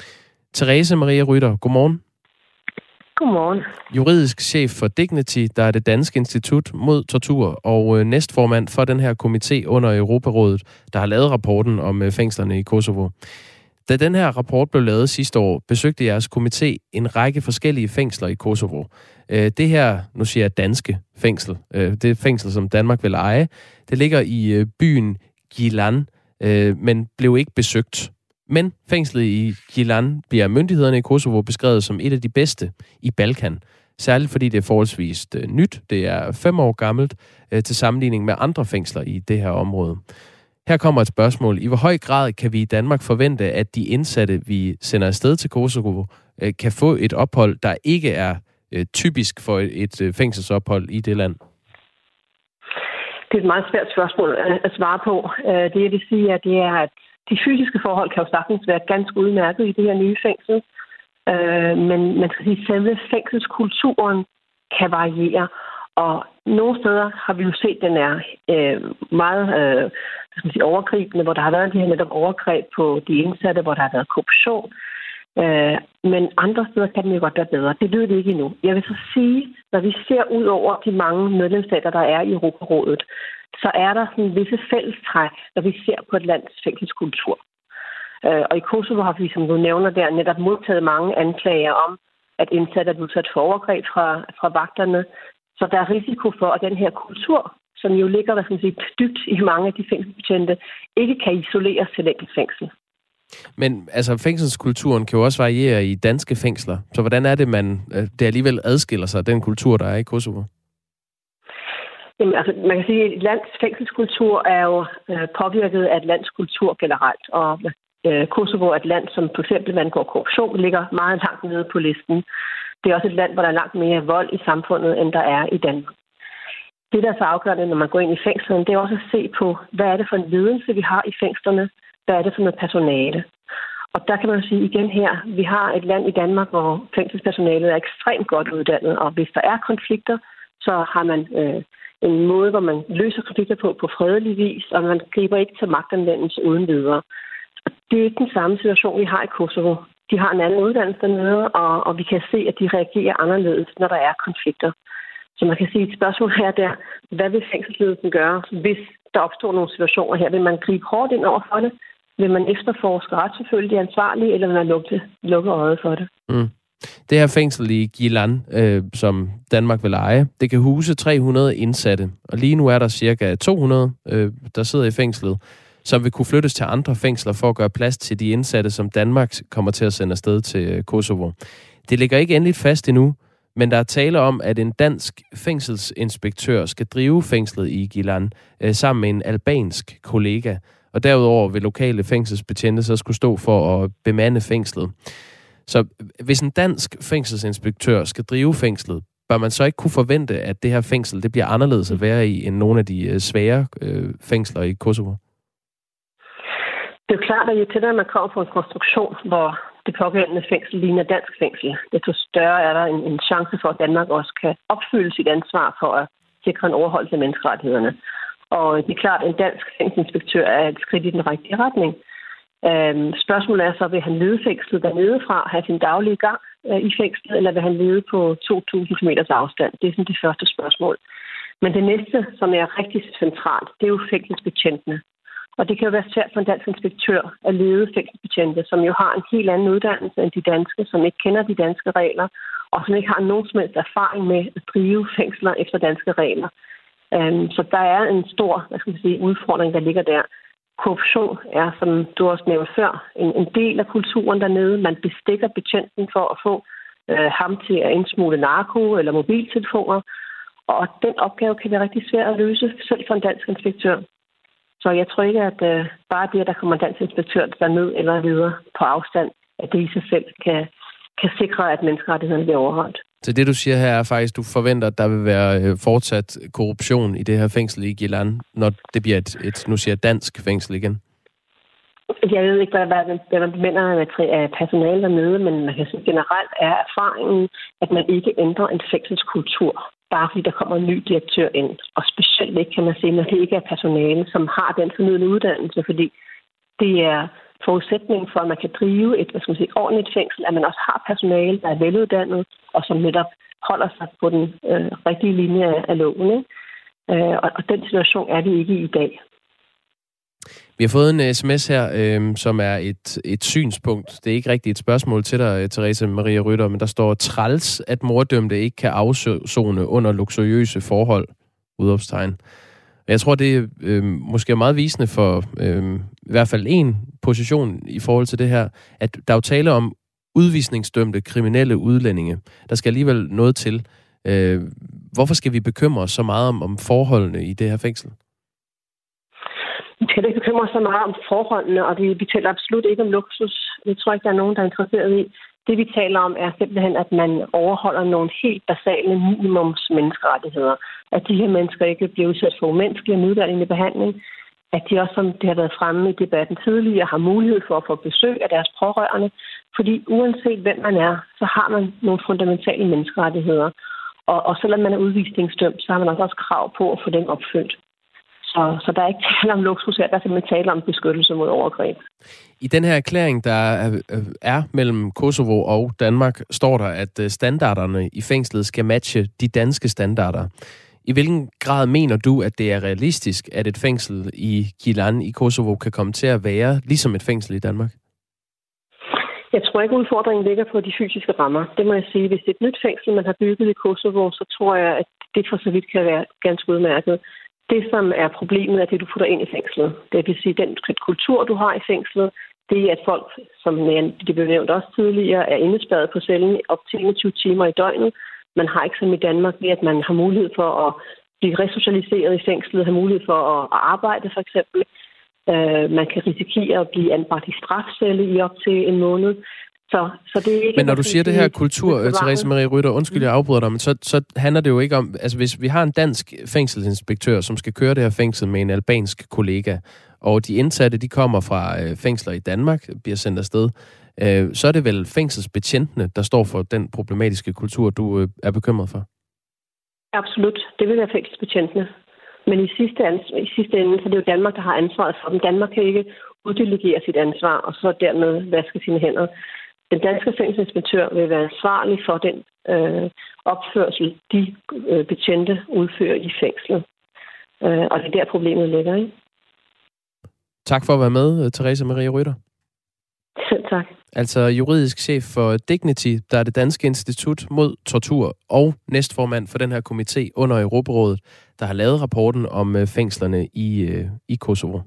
Therese Maria Rytter, godmorgen. Godmorgen. Juridisk chef for Dignity, der er det danske institut mod tortur, og næstformand for den her komité under Europarådet, der har lavet rapporten om fængslerne i Kosovo. Da den her rapport blev lavet sidste år, besøgte jeres komité en række forskellige fængsler i Kosovo. Det her, nu siger jeg danske fængsel, det fængsel, som Danmark vil eje, det ligger i byen Gilan, men blev ikke besøgt. Men fængslet i Gilan bliver myndighederne i Kosovo beskrevet som et af de bedste i Balkan. Særligt fordi det er forholdsvis nyt. Det er fem år gammelt til sammenligning med andre fængsler i det her område. Her kommer et spørgsmål. I hvor høj grad kan vi i Danmark forvente, at de indsatte, vi sender afsted til Kosovo, kan få et ophold, der ikke er typisk for et fængselsophold i det land? Det er et meget svært spørgsmål at svare på. Det jeg vil sige, er, det er, at de fysiske forhold kan jo sagtens være ganske udmærket i det her nye fængsel. Men man skal sige, at selve fængselskulturen kan variere. Og nogle steder har vi jo set, at den er øh, meget øh, skal man sige, overgribende, hvor der har været de her netop overgreb på de indsatte, hvor der har været korruption. Øh, men andre steder kan den jo godt være bedre. Det ved vi ikke endnu. Jeg vil så sige, når vi ser ud over de mange medlemsstater, der er i Europarådet, så er der sådan visse fællestræk, når vi ser på et lands fængselskultur. Øh, og i Kosovo har vi, som du nævner der, netop modtaget mange anklager om, at indsatte er udsat for overgreb fra, fra vagterne. Så der er risiko for, at den her kultur, som jo ligger hvad skal man sige, dybt i mange af de fængselsbetjente, ikke kan isoleres til et enkelt fængsel. Men altså, fængselskulturen kan jo også variere i danske fængsler. Så hvordan er det, man det alligevel adskiller sig, den kultur, der er i Kosovo? Jamen, altså, man kan sige, at et lands fængselskultur er jo øh, påvirket af et lands kultur generelt. Og øh, Kosovo er et land, som for eksempel, man går korruption, ligger meget langt nede på listen. Det er også et land, hvor der er langt mere vold i samfundet, end der er i Danmark. Det, der er så afgørende, når man går ind i fængslerne, det er også at se på, hvad er det for en ledelse, vi har i fængslerne? Hvad er det for noget personale? Og der kan man sige igen her, vi har et land i Danmark, hvor fængselspersonalet er ekstremt godt uddannet, og hvis der er konflikter, så har man øh, en måde, hvor man løser konflikter på på fredelig vis, og man griber ikke til magtanvendelse uden videre. Og det er ikke den samme situation, vi har i Kosovo. De har en anden uddannelse dernede, og, og vi kan se, at de reagerer anderledes, når der er konflikter. Så man kan sige, at et spørgsmål her der, hvad vil fængselsledelsen gøre, hvis der opstår nogle situationer her? Vil man gribe hårdt ind over for det? Vil man efterforske retsforfølge de ansvarlige, eller vil man lukke, lukke øjet for det? Mm. Det her fængsel i Gilan, øh, som Danmark vil eje, det kan huse tre hundrede indsatte. Og lige nu er der cirka to hundrede, øh, der sidder i fængslet, som vil kunne flyttes til andre fængsler for at gøre plads til de indsatte, som Danmark kommer til at sende afsted til Kosovo. Det ligger ikke endeligt fast endnu, men der er tale om, at en dansk fængselsinspektør skal drive fængslet i Gilan øh, sammen med en albansk kollega. Og derudover vil lokale fængselsbetjente så skulle stå for at bemande fængslet. Så hvis en dansk fængselsinspektør skal drive fængslet, bør man så ikke kunne forvente, at det her fængsel det bliver anderledes at være i end nogle af de svære øh, fængsler i Kosovo? Det er jo klart, at jo tættere man kommer på en konstruktion, hvor det pågældende fængsel ligner dansk fængsel, desto større er der en, en chance for, at Danmark også kan opfylde sit ansvar for at sikre en overholdelse af menneskerettighederne. Og det er klart, at en dansk fængselsinspektør er et skridt i den rigtige retning. Øhm, spørgsmålet er så, vil han lede fængslet dernede fra, have sin daglige gang øh, i fængslet, eller vil han lede på to tusind kilometers afstand? Det er sådan det første spørgsmål. Men det næste, som er rigtig centralt, det er jo fængselsbetjentene. Og det kan jo være svært for en dansk inspektør at lede fængselsbetjente, som jo har en helt anden uddannelse end de danske, som ikke kender de danske regler, og som ikke har nogen som helst erfaring med at drive fængsler efter danske regler. Um, så der er en stor, hvad skal man sige, udfordring, der ligger der. Korruption er, som du også nævnte før, en, en del af kulturen dernede. Man bestikker betjenten for at få øh, ham til at indsmugle narko eller mobiltelefoner, og den opgave kan være rigtig svær at løse, selv for en dansk inspektør. Så jeg tror ikke, at øh, bare det, at der kommer en dansk inspektør derned eller videre på afstand, at det i sig selv kan, kan sikre, at menneskerettighederne bliver overholdt. Så det, du siger her, er faktisk, at du forventer, at der vil være fortsat korruption i det her fængsel i Gilan, når det bliver et, et nu siger dansk fængsel igen? Jeg ved ikke, hvad, hvad man mener af personale dernede, men man kan sige, generelt er erfaringen, at man ikke ændrer en fængselskultur, bare fordi der kommer en ny direktør ind. Og specielt ikke kan man sige, når det ikke er personale, som har den fornødne uddannelse, fordi det er forudsætningen for, at man kan drive et hvad skal man sige, ordentligt fængsel, at man også har personale, der er veluddannet, og som netop holder sig på den øh, rigtige linje af, af loven. Øh, og, og den situation er vi ikke i i dag. Vi har fået en sms her, øh, som er et, et synspunkt. Det er ikke rigtigt et spørgsmål til dig, Therese Marie Rytter, men der står træls, at morddømte ikke kan afsone under luksuriøse forhold. Udopstegn. Jeg tror, det er øh, måske meget visende for øh, i hvert fald en position i forhold til det her, at der er jo tale om udvisningsdømte kriminelle udlændinge. Der skal alligevel noget til. Øh, hvorfor skal vi bekymre os så meget om, om forholdene i det her fængsel? Vi skal ikke bekymre os så meget om forholdene, og det, vi taler absolut ikke om luksus. Jeg tror ikke, der er nogen, der er interesseret i. Det, vi taler om, er simpelthen, at man overholder nogle helt basale minimums menneskerettigheder. At de her mennesker ikke bliver udsat for umenneskelig og nedværdigende behandling. At de også, som det har været fremme i debatten tidligere, har mulighed for at få besøg af deres pårørende. Fordi uanset hvem man er, så har man nogle fundamentale menneskerettigheder. Og, og selvom man er udvisningsdømt, så har man også krav på at få dem opfyldt. Så, så der er ikke tale om luksus her, der er simpelthen tale om beskyttelse mod overgreb. I den her erklæring, der er mellem Kosovo og Danmark, står der, at standarderne i fængslet skal matche de danske standarder. I hvilken grad mener du, at det er realistisk, at et fængsel i Gilan i Kosovo kan komme til at være ligesom et fængsel i Danmark? Jeg tror ikke, udfordringen ligger på de fysiske rammer. Det må jeg sige. Hvis det er et nyt fængsel, man har bygget i Kosovo, så tror jeg, at det for så vidt kan være ganske udmærket. Det, som er problemet, er det, du putter ind i fængslet. Det vil sige, den kultur, du har i fængslet, det er, at folk, som det blev nævnt også tidligere, er indespærret på cellen op til enogtyve timer i døgnet. Man har ikke som i Danmark ved, at man har mulighed for at blive resocialiseret i fængslet, har mulighed for at arbejde for eksempel. Man kan risikere at blive anbragt i strafcelle i op til en måned. Så, så det er ikke. Men når du siger det her kultur, Therese Marie Rytter, undskyld, jeg afbryder dig, men så, så handler det jo ikke om, altså hvis vi har en dansk fængselsinspektør, som skal køre det her fængsel med en albansk kollega, og de indsatte, de kommer fra øh, fængsler i Danmark, bliver sendt afsted, øh, så er det vel fængselsbetjentene, der står for den problematiske kultur, du øh, er bekymret for? Absolut. Det vil være fængselsbetjentene. Men i sidste, ans- i sidste ende, så det er jo Danmark, der har ansvaret for dem. Danmark kan ikke uddelegere sit ansvar, og så dermed vaske sine hænder. Den danske fængselsinspektør vil være ansvarlig for den øh, opførsel, de øh, betjente udfører i fængslet. Øh, og det er der, problemet ligger, ikke? Tak for at være med, Therese Marie Rytter. Selv tak. Altså juridisk chef for Dignity, der er det danske institut mod tortur, og næstformand for den her komité under Europarådet, der har lavet rapporten om fængslerne i, øh, i Kosovo.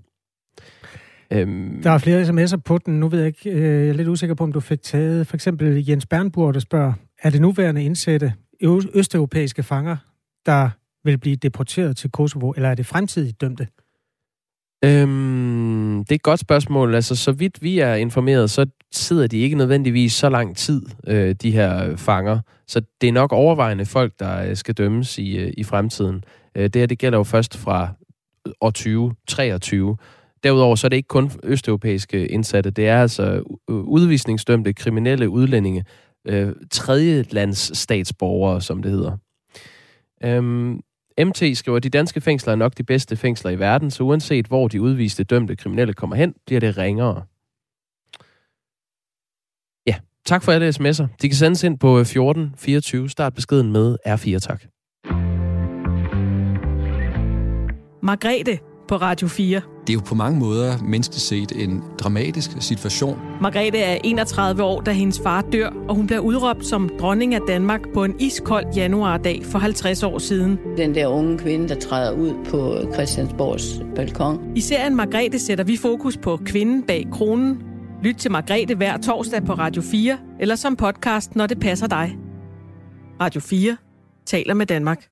Der er flere sms'er på den. Nu ved jeg ikke, jeg er lidt usikker på, om du fik taget for eksempel Jens Bernburg, der spørger, er det nuværende indsatte østeuropæiske fanger, der vil blive deporteret til Kosovo, eller er det fremtidigt dømte? Øhm, det er et godt spørgsmål. Altså, så vidt vi er informeret, så sidder de ikke nødvendigvis så lang tid, øh, de her fanger. Så det er nok overvejende folk, der skal dømmes i, øh, i fremtiden. Øh, det her, det gælder jo først fra år tyve treogtyve. Derudover så er det ikke kun østeuropæiske indsatte. Det er altså udvisningsdømte kriminelle udlændinge, øh, tredjelands statsborgere, som det hedder. Øhm, M T skriver, at de danske fængsler er nok de bedste fængsler i verden, så uanset hvor de udviste dømte kriminelle kommer hen, bliver det ringere. Tak for alle sms'er. De kan sendes ind på fjorten fireogtyve. Start beskeden med R fire, tak. Margrethe på Radio fire. Det er jo på mange måder menneskeligt set en dramatisk situation. Margrethe er enogtredive år, da hendes far dør, og hun bliver udråbt som dronning af Danmark på en iskold januardag for halvtreds år siden. Den der unge kvinde, der træder ud på Christiansborgs balkon. I serien Margrethe sætter vi fokus på kvinden bag kronen. Lyt til Margrethe hver torsdag på Radio fire, eller som podcast, når det passer dig. Radio fire taler med Danmark.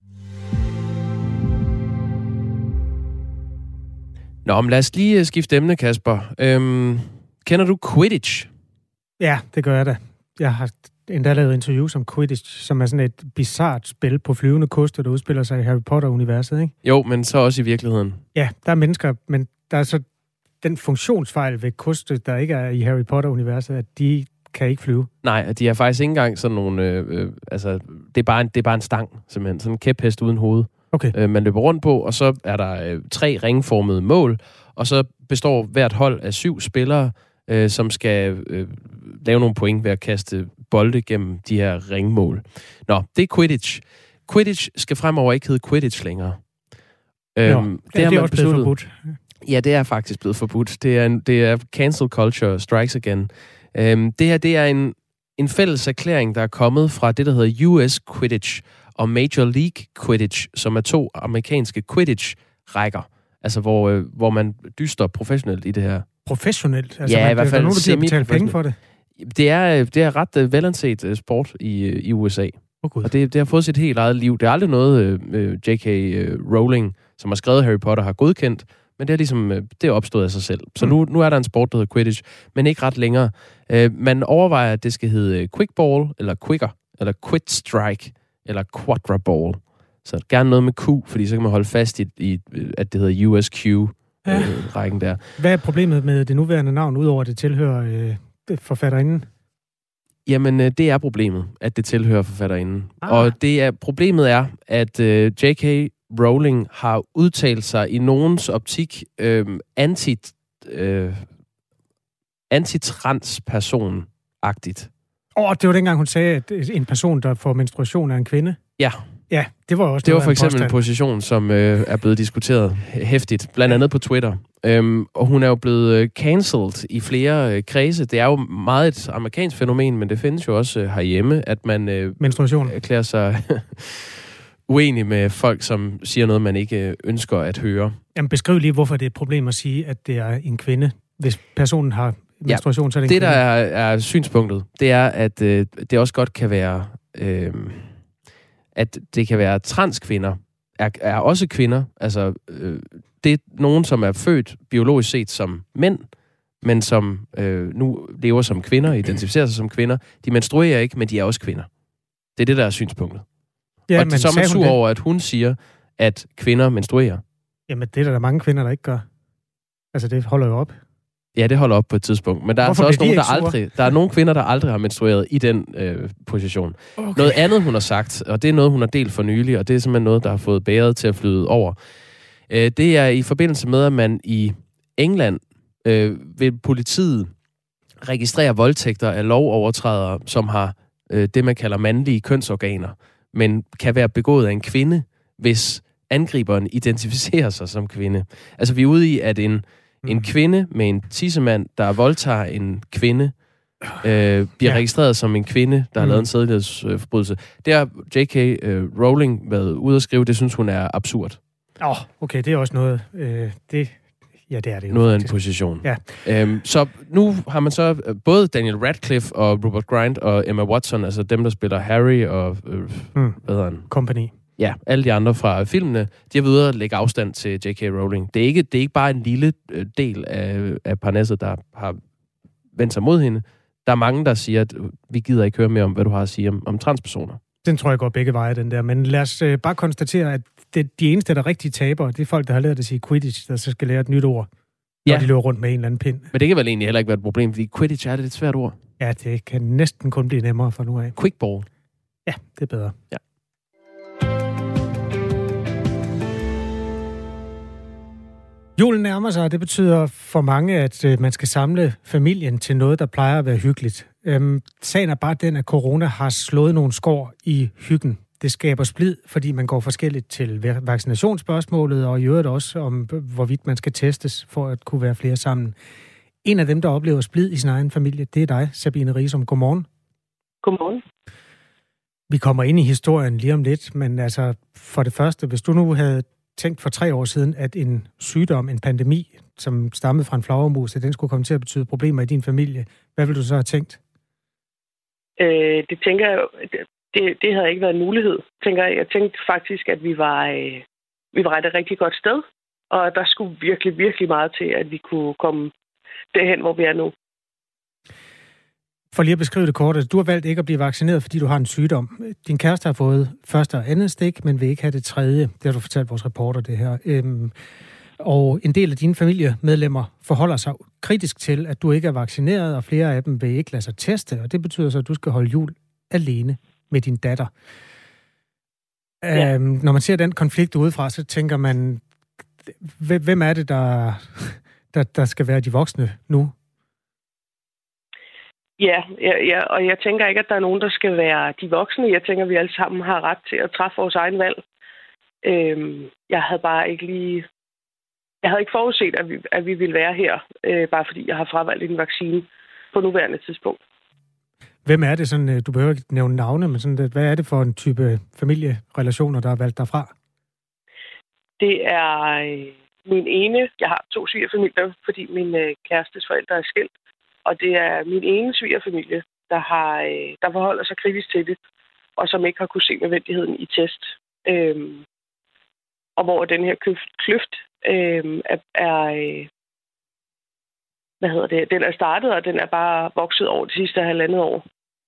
Nå, men lad os lige skifte emne, Kasper. Øhm, kender du Quidditch? Ja, det gør jeg da. Jeg har endda lavet interview som Quidditch, som er sådan et bizart spil på flyvende koster, der udspiller sig i Harry Potter-universet, ikke? Jo, men så også i virkeligheden. Ja, der er mennesker, men der er så den funktionsfejl ved koste, der ikke er i Harry Potter-universet, at de kan ikke flyve. Nej, de er faktisk ikke engang sådan nogle... Øh, øh, altså, det er, bare en, det er bare en stang, simpelthen. Sådan en kæphest uden hoved. Okay. Øh, man løber rundt på, og så er der øh, tre ringformede mål, og så består hvert hold af syv spillere, øh, som skal øh, lave nogle point ved at kaste bolde gennem de her ringmål. Nå, det er Quidditch. Quidditch skal fremover ikke hedde Quidditch længere. Nå, øhm, det, det er også blevet forbudt. Ja, det er faktisk blevet forbudt. Det er, en, det er cancel culture strikes again. Øhm, det her, det er en, en fælles erklæring, der er kommet fra det, der hedder U S Quidditch og Major League Quidditch, som er to amerikanske Quidditch-rækker. Altså, hvor, øh, hvor man dyster professionelt i det her. Professionelt? Altså, ja, man, i hvert fald der er nogen, der betale penge for det? Det er, det er ret uh, velanset uh, sport i, uh, i U S A. Oh, og det, det har fået sit helt eget liv. Det er aldrig noget, uh, J K uh, Rowling, som har skrevet Harry Potter, har godkendt. Men det er ligesom, uh, det er opstået af sig selv. Så mm. nu, nu er der en sport, der hedder Quidditch, men ikke ret længere. Uh, man overvejer, at det skal hedde Quickball, eller Quicker, eller Quid Strike, eller Quadraball. Så gerne noget med Q, fordi så kan man holde fast i, i at det hedder U S Q-rækken ja. der. Hvad er problemet med det nuværende navn, udover at det tilhører øh, forfatterinden? Jamen, øh, det er problemet, at det tilhører forfatterinden. Ah. Og det er, problemet er, at øh, J K Rowling har udtalt sig i nogens optik øh, anti, øh, antitrans-person-agtigt. Åh, oh, det var dengang, hun sagde, at en person, der får menstruation, er en kvinde? Ja. Ja, det var også det var for en eksempel påstand. en position, som øh, er blevet diskuteret hæftigt, blandt andet på Twitter. Øhm, og hun er jo blevet øh, cancelled i flere øh, kredse. Det er jo meget et amerikansk fænomen, men det findes jo også øh, herhjemme, at man øh, menstruation erklærer sig uenig med folk, som siger noget, man ikke øh, ønsker at høre. Jamen beskriv lige, hvorfor det er et problem at sige, at det er en kvinde. Hvis personen har menstruation, ja, så er det en det, kvinde. Det, der er, er synspunktet, det er, at øh, det også godt kan være... Øh, at det kan være transkvinder, er, er også kvinder. Altså, øh, det er nogen, som er født biologisk set som mænd, men som øh, nu lever som kvinder, identificerer sig som kvinder. De menstruerer ikke, men de er også kvinder. Det er det, der er synspunktet. Ja, og men så er man sur over, at hun siger, at kvinder menstruerer. Jamen, det er der, der mange kvinder, der ikke gør. Altså, det holder jo op. Ja, det holder op på et tidspunkt. Men der Hvorfor er altså også nogen, der sure? aldrig... Der er nogle kvinder, der aldrig har menstrueret i den øh, position. Okay. Noget andet, hun har sagt, og det er noget, hun har delt for nylig, og det er simpelthen noget, der har fået bæret til at flyde over. Øh, det er i forbindelse med, at man i England øh, vil politiet registrere voldtægter af lovovertrædere, som har øh, det, man kalder mandlige kønsorganer, men kan være begået af en kvinde, hvis angriberen identificerer sig som kvinde. Altså, vi er ude i, at en En kvinde med en tissemand, der voldtager en kvinde, øh, bliver ja. registreret som en kvinde, der har mm. lavet en sædelighedsforbrydelse. Det har J K Øh, Rowling været ude at skrive. Det synes hun er absurd. Åh, oh, okay, det er også noget... Øh, det, ja, det er det jo. Noget af en position. Ja. Øhm, så nu har man så både Daniel Radcliffe og Rupert Grint og Emma Watson, altså dem, der spiller Harry og... Øh, mm. Hvad hedder han? Company. Ja, alle de andre fra filmene, de har videre at lægge afstand til J K Rowling. Det er ikke, det er ikke bare en lille øh, del af, af parnasset, der har vendt sig mod hende. Der er mange, der siger, at vi gider ikke høre mere om, hvad du har at sige om, om transpersoner. Den tror jeg går begge veje, den der. Men lad os øh, bare konstatere, at det, de eneste, der rigtig taber, det er folk, der har lært at sige Quidditch, der så skal lære et nyt ord, når ja. de løber rundt med en eller anden pind. Men det kan vel egentlig heller ikke være et problem, fordi Quidditch er det et svært ord. Ja, det kan næsten kun blive nemmere fra nu af. Quickball. Ja, det er bedre. Ja. Julen nærmer sig, og det betyder for mange, at man skal samle familien til noget, der plejer at være hyggeligt. Øhm, sagen er bare den, at corona har slået nogle skår i hyggen. Det skaber splid, fordi man går forskelligt til vaccinationsspørgsmålet, og i øvrigt også om, hvorvidt man skal testes for at kunne være flere sammen. En af dem, der oplever splid i sin egen familie, det er dig, Sabine Riisum. Godmorgen. Godmorgen. Vi kommer ind i historien lige om lidt, men altså for det første, hvis du nu havde tænkt for tre år siden, at en sygdom, en pandemi, som stammede fra en flagermus, at den skulle komme til at betyde problemer i din familie, hvad ville du så have tænkt? Øh, det tænker jeg det, det havde ikke været en mulighed. Tænker jeg. jeg tænkte faktisk, at vi var, øh, vi var et rigtig godt sted, og der skulle virkelig, virkelig meget til, at vi kunne komme derhen, hvor vi er nu. For lige at beskrive det kort, du har valgt ikke at blive vaccineret, fordi du har en sygdom. Din kæreste har fået første og andet stik, men vil ikke have det tredje. Det har du fortalt vores reporter, det her. Øhm, og en del af dine familiemedlemmer forholder sig kritisk til, at du ikke er vaccineret, og flere af dem vil ikke lade sig teste, og det betyder så, at du skal holde jul alene med din datter. Ja. Øhm, når man ser den konflikt udefra, så tænker man, hvem er det, der, der, der skal være de voksne nu? Ja, ja, ja, og jeg tænker ikke, at der er nogen, der skal være de voksne. Jeg tænker, at vi alle sammen har ret til at træffe vores egen valg. Øhm, jeg havde bare ikke lige... Jeg havde ikke forudset, at vi, at vi ville være her, øh, bare fordi jeg har fravalgt en vaccine på nuværende tidspunkt. Hvem er det sådan, du behøver ikke nævne navne, men sådan, hvad er det for en type familierelationer, der er valgt derfra? Det er øh, min ene... Jeg har to svigerfamilier, fordi min øh, kærestes forældre er skilt. Og det er min ene svigerfamilie, der, har, øh, der forholder sig kritisk til det, og som ikke har kunne se nødvendigheden i test. Øhm, og hvor den her kløft øh, er, er øh, hvad hedder det, den er startet, og den er bare vokset over de sidste halvandet år.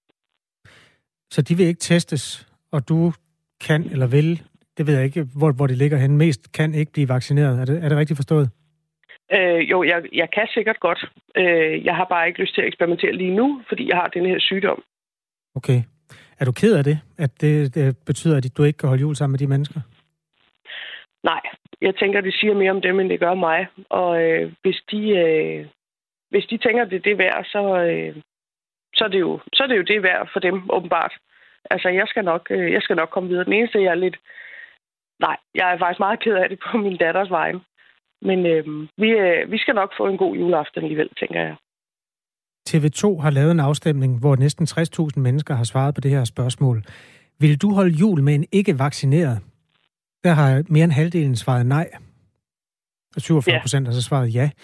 Så de vil ikke testes, og du kan eller vil, det ved jeg ikke, hvor, hvor det ligger hen, mest kan ikke blive vaccineret. Er det, er det rigtigt forstået? Øh, jo, jeg, jeg kan sikkert godt. Øh, jeg har bare ikke lyst til at eksperimentere lige nu, fordi jeg har den her sygdom. Okay. Er du ked af det, at det, det betyder, at du ikke kan holde jul sammen med de mennesker? Nej, jeg tænker, det siger mere om dem, end det gør mig. Og øh, hvis, de, øh, hvis de tænker, at det er det værd, så, øh, så, er det jo, så er det jo det værd for dem, åbenbart. Altså, jeg skal nok, øh, jeg skal nok komme videre. Den eneste, jeg er lidt... Nej, jeg er faktisk meget ked af det på min datters vegne. Men øh, vi, øh, vi skal nok få en god juleaften alligevel, tænker jeg. T V to har lavet en afstemning, hvor næsten tres tusind mennesker har svaret på det her spørgsmål. Vil du holde jul med en ikke-vaccineret? Der har mere end halvdelen svaret nej. Og syvogfyrre procent har så svaret ja.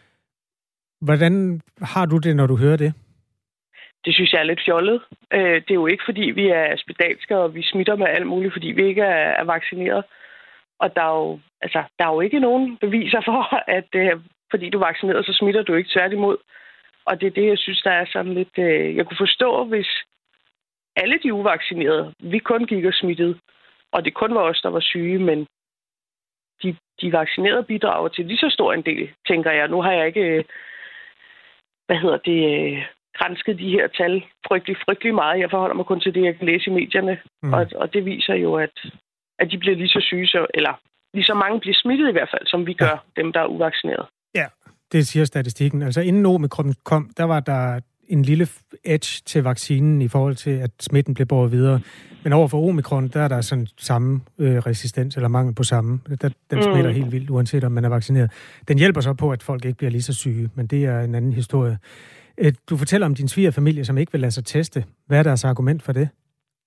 Hvordan har du det, når du hører det? Det synes jeg er lidt fjollet. Det er jo ikke, fordi vi er spedalske, og vi smitter med alt muligt, fordi vi ikke er vaccineret. Og der er jo, altså, der er jo ikke nogen beviser for, at øh, fordi du er vaccineret, så smitter du ikke, tværtimod. Og det er det, jeg synes, der er sådan lidt... Øh, jeg kunne forstå, hvis alle de uvaccinerede, vi kun gik og smittede, og det kun var os, der var syge, men de, de vaccinerede bidrager til lige så stor en del, tænker jeg. Nu har jeg ikke, øh, hvad hedder det, øh, gransket de her tal frygtelig, frygtelig meget. Jeg forholder mig kun til det, jeg kan læse i medierne. Mm. Og, og det viser jo, at... at de bliver lige så syge, så, eller lige så mange bliver smittet i hvert fald, som vi gør, ja. Dem, der er uvaccineret. Ja, det siger statistikken. Altså inden Omikron kom, der var der en lille edge til vaccinen i forhold til, at smitten blev båret videre. Men overfor Omikron, der er der sådan samme øh, resistens, eller mangel på samme. Der, den smitter mm. helt vildt, uanset om man er vaccineret. Den hjælper så på, at folk ikke bliver lige så syge, men det er en anden historie. Du fortæller om din svigerfamilie, som ikke vil lade sig teste. Hvad er deres argument for det?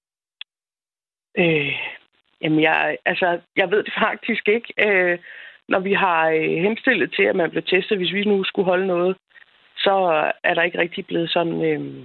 Øh... Jamen, jeg, altså, jeg ved det faktisk ikke. Øh, når vi har øh, henstillet til, at man bliver testet, hvis vi nu skulle holde noget, så er der ikke rigtig blevet sådan... Øh,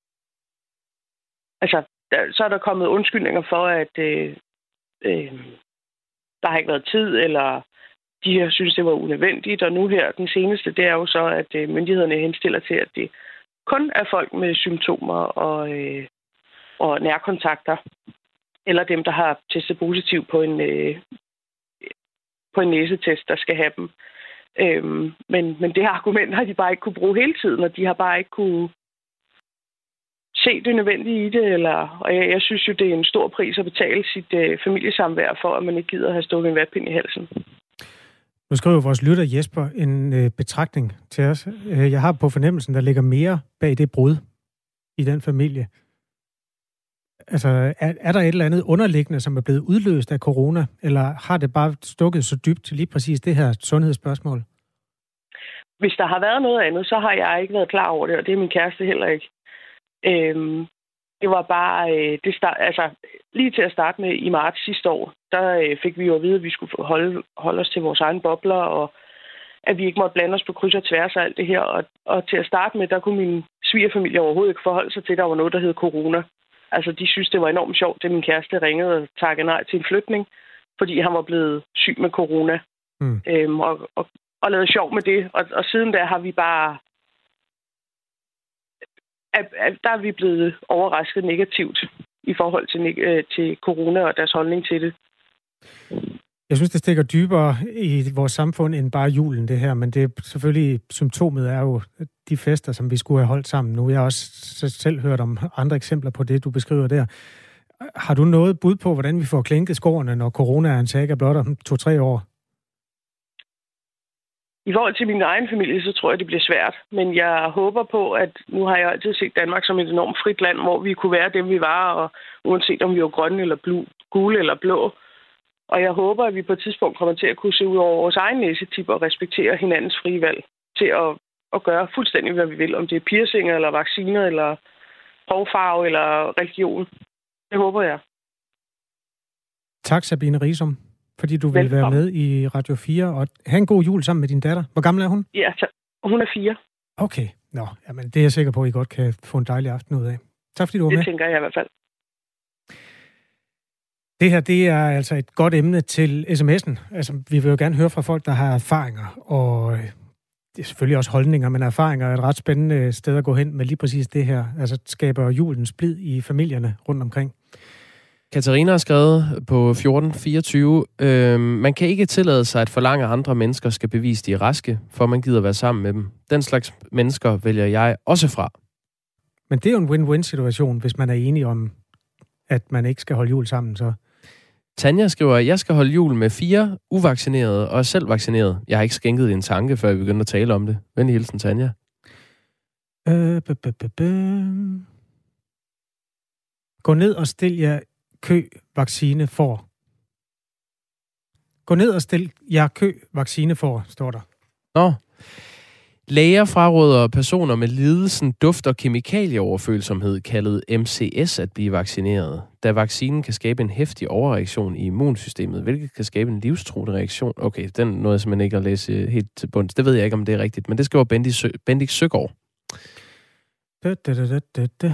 altså, der, så er der kommet undskyldninger for, at øh, øh, der har ikke været tid, eller de her synes, det var unødvendigt. Og nu her, den seneste, det er jo så, at øh, myndighederne henstiller til, at det kun er folk med symptomer og, øh, og nærkontakter, eller dem, der har testet positiv på en, øh, på en næsetest, der skal have dem. Øhm, men, men det her argument har de bare ikke kunne bruge hele tiden, og de har bare ikke kunne se det nødvendige i det. Eller, og jeg, jeg synes jo, det er en stor pris at betale sit øh, familiesamvær for, at man ikke gider at have stået med en vatpind i halsen. Nu skriver vores lytter Jesper en øh, betragtning til os. Jeg har på fornemmelsen, der ligger mere bag det brud. i den familie. Altså, er, er der et eller andet underliggende, som er blevet udløst af corona, eller har det bare stukket så dybt til lige præcis det her sundhedsspørgsmål? Hvis der har været noget andet, så har jeg ikke været klar over det, og det er min kæreste heller ikke. Øhm, det var bare, øh, det start, altså lige til at starte med i marts sidste år, der øh, fik vi jo at vide, at vi skulle holde, holde os til vores egne bobler, og at vi ikke måtte blande os på kryds og tværs af alt det her. Og, og til at starte med, der kunne min svigerfamilie overhovedet ikke forholde sig til, at der var noget, der hed corona. Altså, de synes, det var enormt sjovt, det min kæreste ringede og takkede nej til en flytning, fordi han var blevet syg med corona. Mm. Øhm, og, og, og lavede sjov med det. Og, og siden da har vi bare... At, at der er vi blevet overrasket negativt i forhold til, øh, til corona og deres holdning til det. Jeg synes, det stikker dybere i vores samfund end bare julen, det her. Men det er selvfølgelig, symptomet er jo de fester, som vi skulle have holdt sammen. Nu har jeg også selv hørt om andre eksempler på det, du beskriver der. Har du noget bud på, hvordan vi får klinket skårene, når corona er en saga blot om to-tre år? I forhold til min egen familie, så tror jeg, det bliver svært. Men jeg håber på, at nu har jeg altid set Danmark som et enormt frit land, hvor vi kunne være dem, vi var, og uanset om vi var grønne eller blå, gule eller blå. Og jeg håber, at vi på et tidspunkt kommer til at kunne se ud over vores egen næsetip og respektere hinandens frie valg til at, at gøre fuldstændig, hvad vi vil. Om det er piercinger, eller vacciner, eller hårfarve, eller religion. Det håber jeg. Tak, Sabine Risum, fordi du vil være med i Radio fire. Og have en god jul sammen med din datter. Hvor gammel er hun? Ja, hun er fire. Okay. Nå, jamen, det er jeg sikker på, at I godt kan få en dejlig aften ud af. Tak, fordi du var det med. Det tænker jeg i hvert fald. Det her, det er altså et godt emne til sms'en. Altså, vi vil jo gerne høre fra folk, der har erfaringer, og det er selvfølgelig også holdninger, men erfaringer er et ret spændende sted at gå hen med lige præcis det her. Altså, skaber julen splid i familierne rundt omkring. Katarina har skrevet på fjorten fireogtyve, øh, man kan ikke tillade sig at forlange, at andre mennesker skal bevise, de er raske, for man gider være sammen med dem. Den slags mennesker vælger jeg også fra. Men det er jo en win-win-situation, hvis man er enig om, at man ikke skal holde jul sammen, så... Tanja skriver, at jeg skal holde jul med fire uvaccinerede og er selv vaccineret. Jeg har ikke skænket en tanke, før jeg begyndte at tale om det. Venlig hilsen, Tanja. Øh, b- b- b- b- Gå ned og stil jer kø vaccine for. Gå ned og stil jer kø vaccine for, står der. Nå. Læger fraråder personer med lidelsen duft- og kemikalieoverfølsomhed, kaldet M C S, at blive vaccineret, da vaccinen kan skabe en heftig overreaktion i immunsystemet, hvilket kan skabe en livstruende reaktion. Okay, den nåede jeg simpelthen ikke at læse helt til bunds. Det ved jeg ikke, om det er rigtigt, men det skriver Bendik, Sø- Bendik Søgaard. Da, da, da, da, da.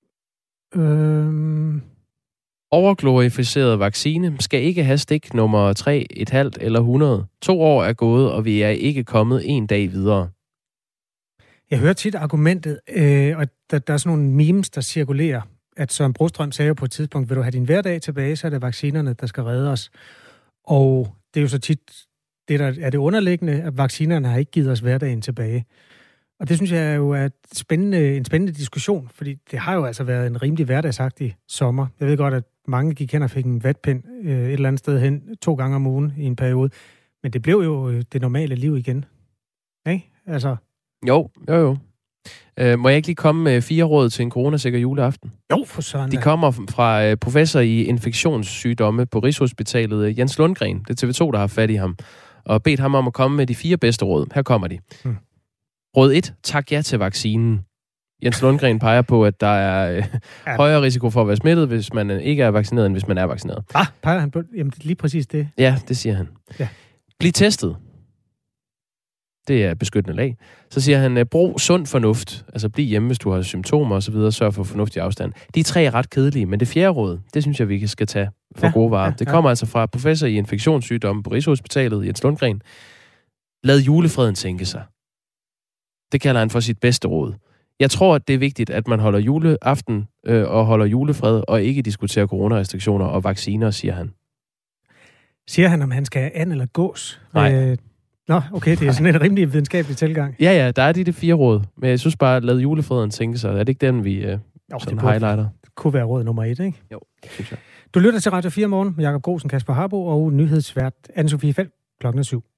Øhm... Overglorificeret vaccine skal ikke have stik nummer tre, et halvt eller hundrede. To år er gået, og vi er ikke kommet en dag videre. Jeg hører tit argumentet, øh, og der, der er sådan nogle memes, der cirkulerer, at Søren Brostrøm sagde jo på et tidspunkt, vil du have din hverdag tilbage, så er det vaccinerne, der skal redde os. Og det er jo så tit, det der er det underliggende, at vaccinerne har ikke givet os hverdagen tilbage. Og det synes jeg jo er et spændende, en spændende diskussion, fordi det har jo altså været en rimelig hverdagsagtig sommer. Jeg ved godt, at mange gik hen og fik en vatpind øh, et eller andet sted hen to gange om ugen i en periode. Men det blev jo det normale liv igen. Ikke? Altså... Jo, jo, jo. Øh, må jeg ikke lige komme med fire råd til en coronasikker juleaften? Jo, for søren. De kommer fra øh, professor i infektionssygdomme på Rigshospitalet, Jens Lundgren. Det er T V to, der har fat i ham. Og bedt ham om at komme med de fire bedste råd. Her kommer de. Hmm. Råd et. Tak ja til vaccinen. Jens Lundgren peger på, at der er øh, ja. højere risiko for at være smittet, hvis man ikke er vaccineret, end hvis man er vaccineret. Ah, peger han på? Jamen, det er lige præcis det. Ja, det siger han. Ja. Bliv testet. Det er beskyttende lag. Så siger han, brug sund fornuft. Altså, bliv hjemme, hvis du har symptomer osv. Sørg for fornuftig afstand. De tre er ret kedelige, men det fjerde råd, det synes jeg, vi skal tage for ja, gode varer. Ja, ja. Det kommer altså fra professor i infektionssygdomme på Rigshospitalet, Jens Lundgren. Lad julefreden tænke sig. Det kalder han for sit bedste råd. Jeg tror, at det er vigtigt, at man holder juleaften øh, og holder julefred, og ikke diskuterer coronarestriktioner og vacciner, siger han. Siger han, om han skal have and eller gås? Nej. Øh, nå, okay, det er sådan en rimelig videnskabelig tilgang. Ja, ja, der er de det fire råd. Men jeg synes bare, at lad julefreden tænke sig. Er det ikke den, vi øh, jo, sådan det highlighter? Det kunne være råd nummer et, ikke? Jo, synes jeg. Du lytter til Radio fire morgen med Jakob Grosen, Kasper Harbo og nyhedsvært Anne-Sophie Feld klokken syv.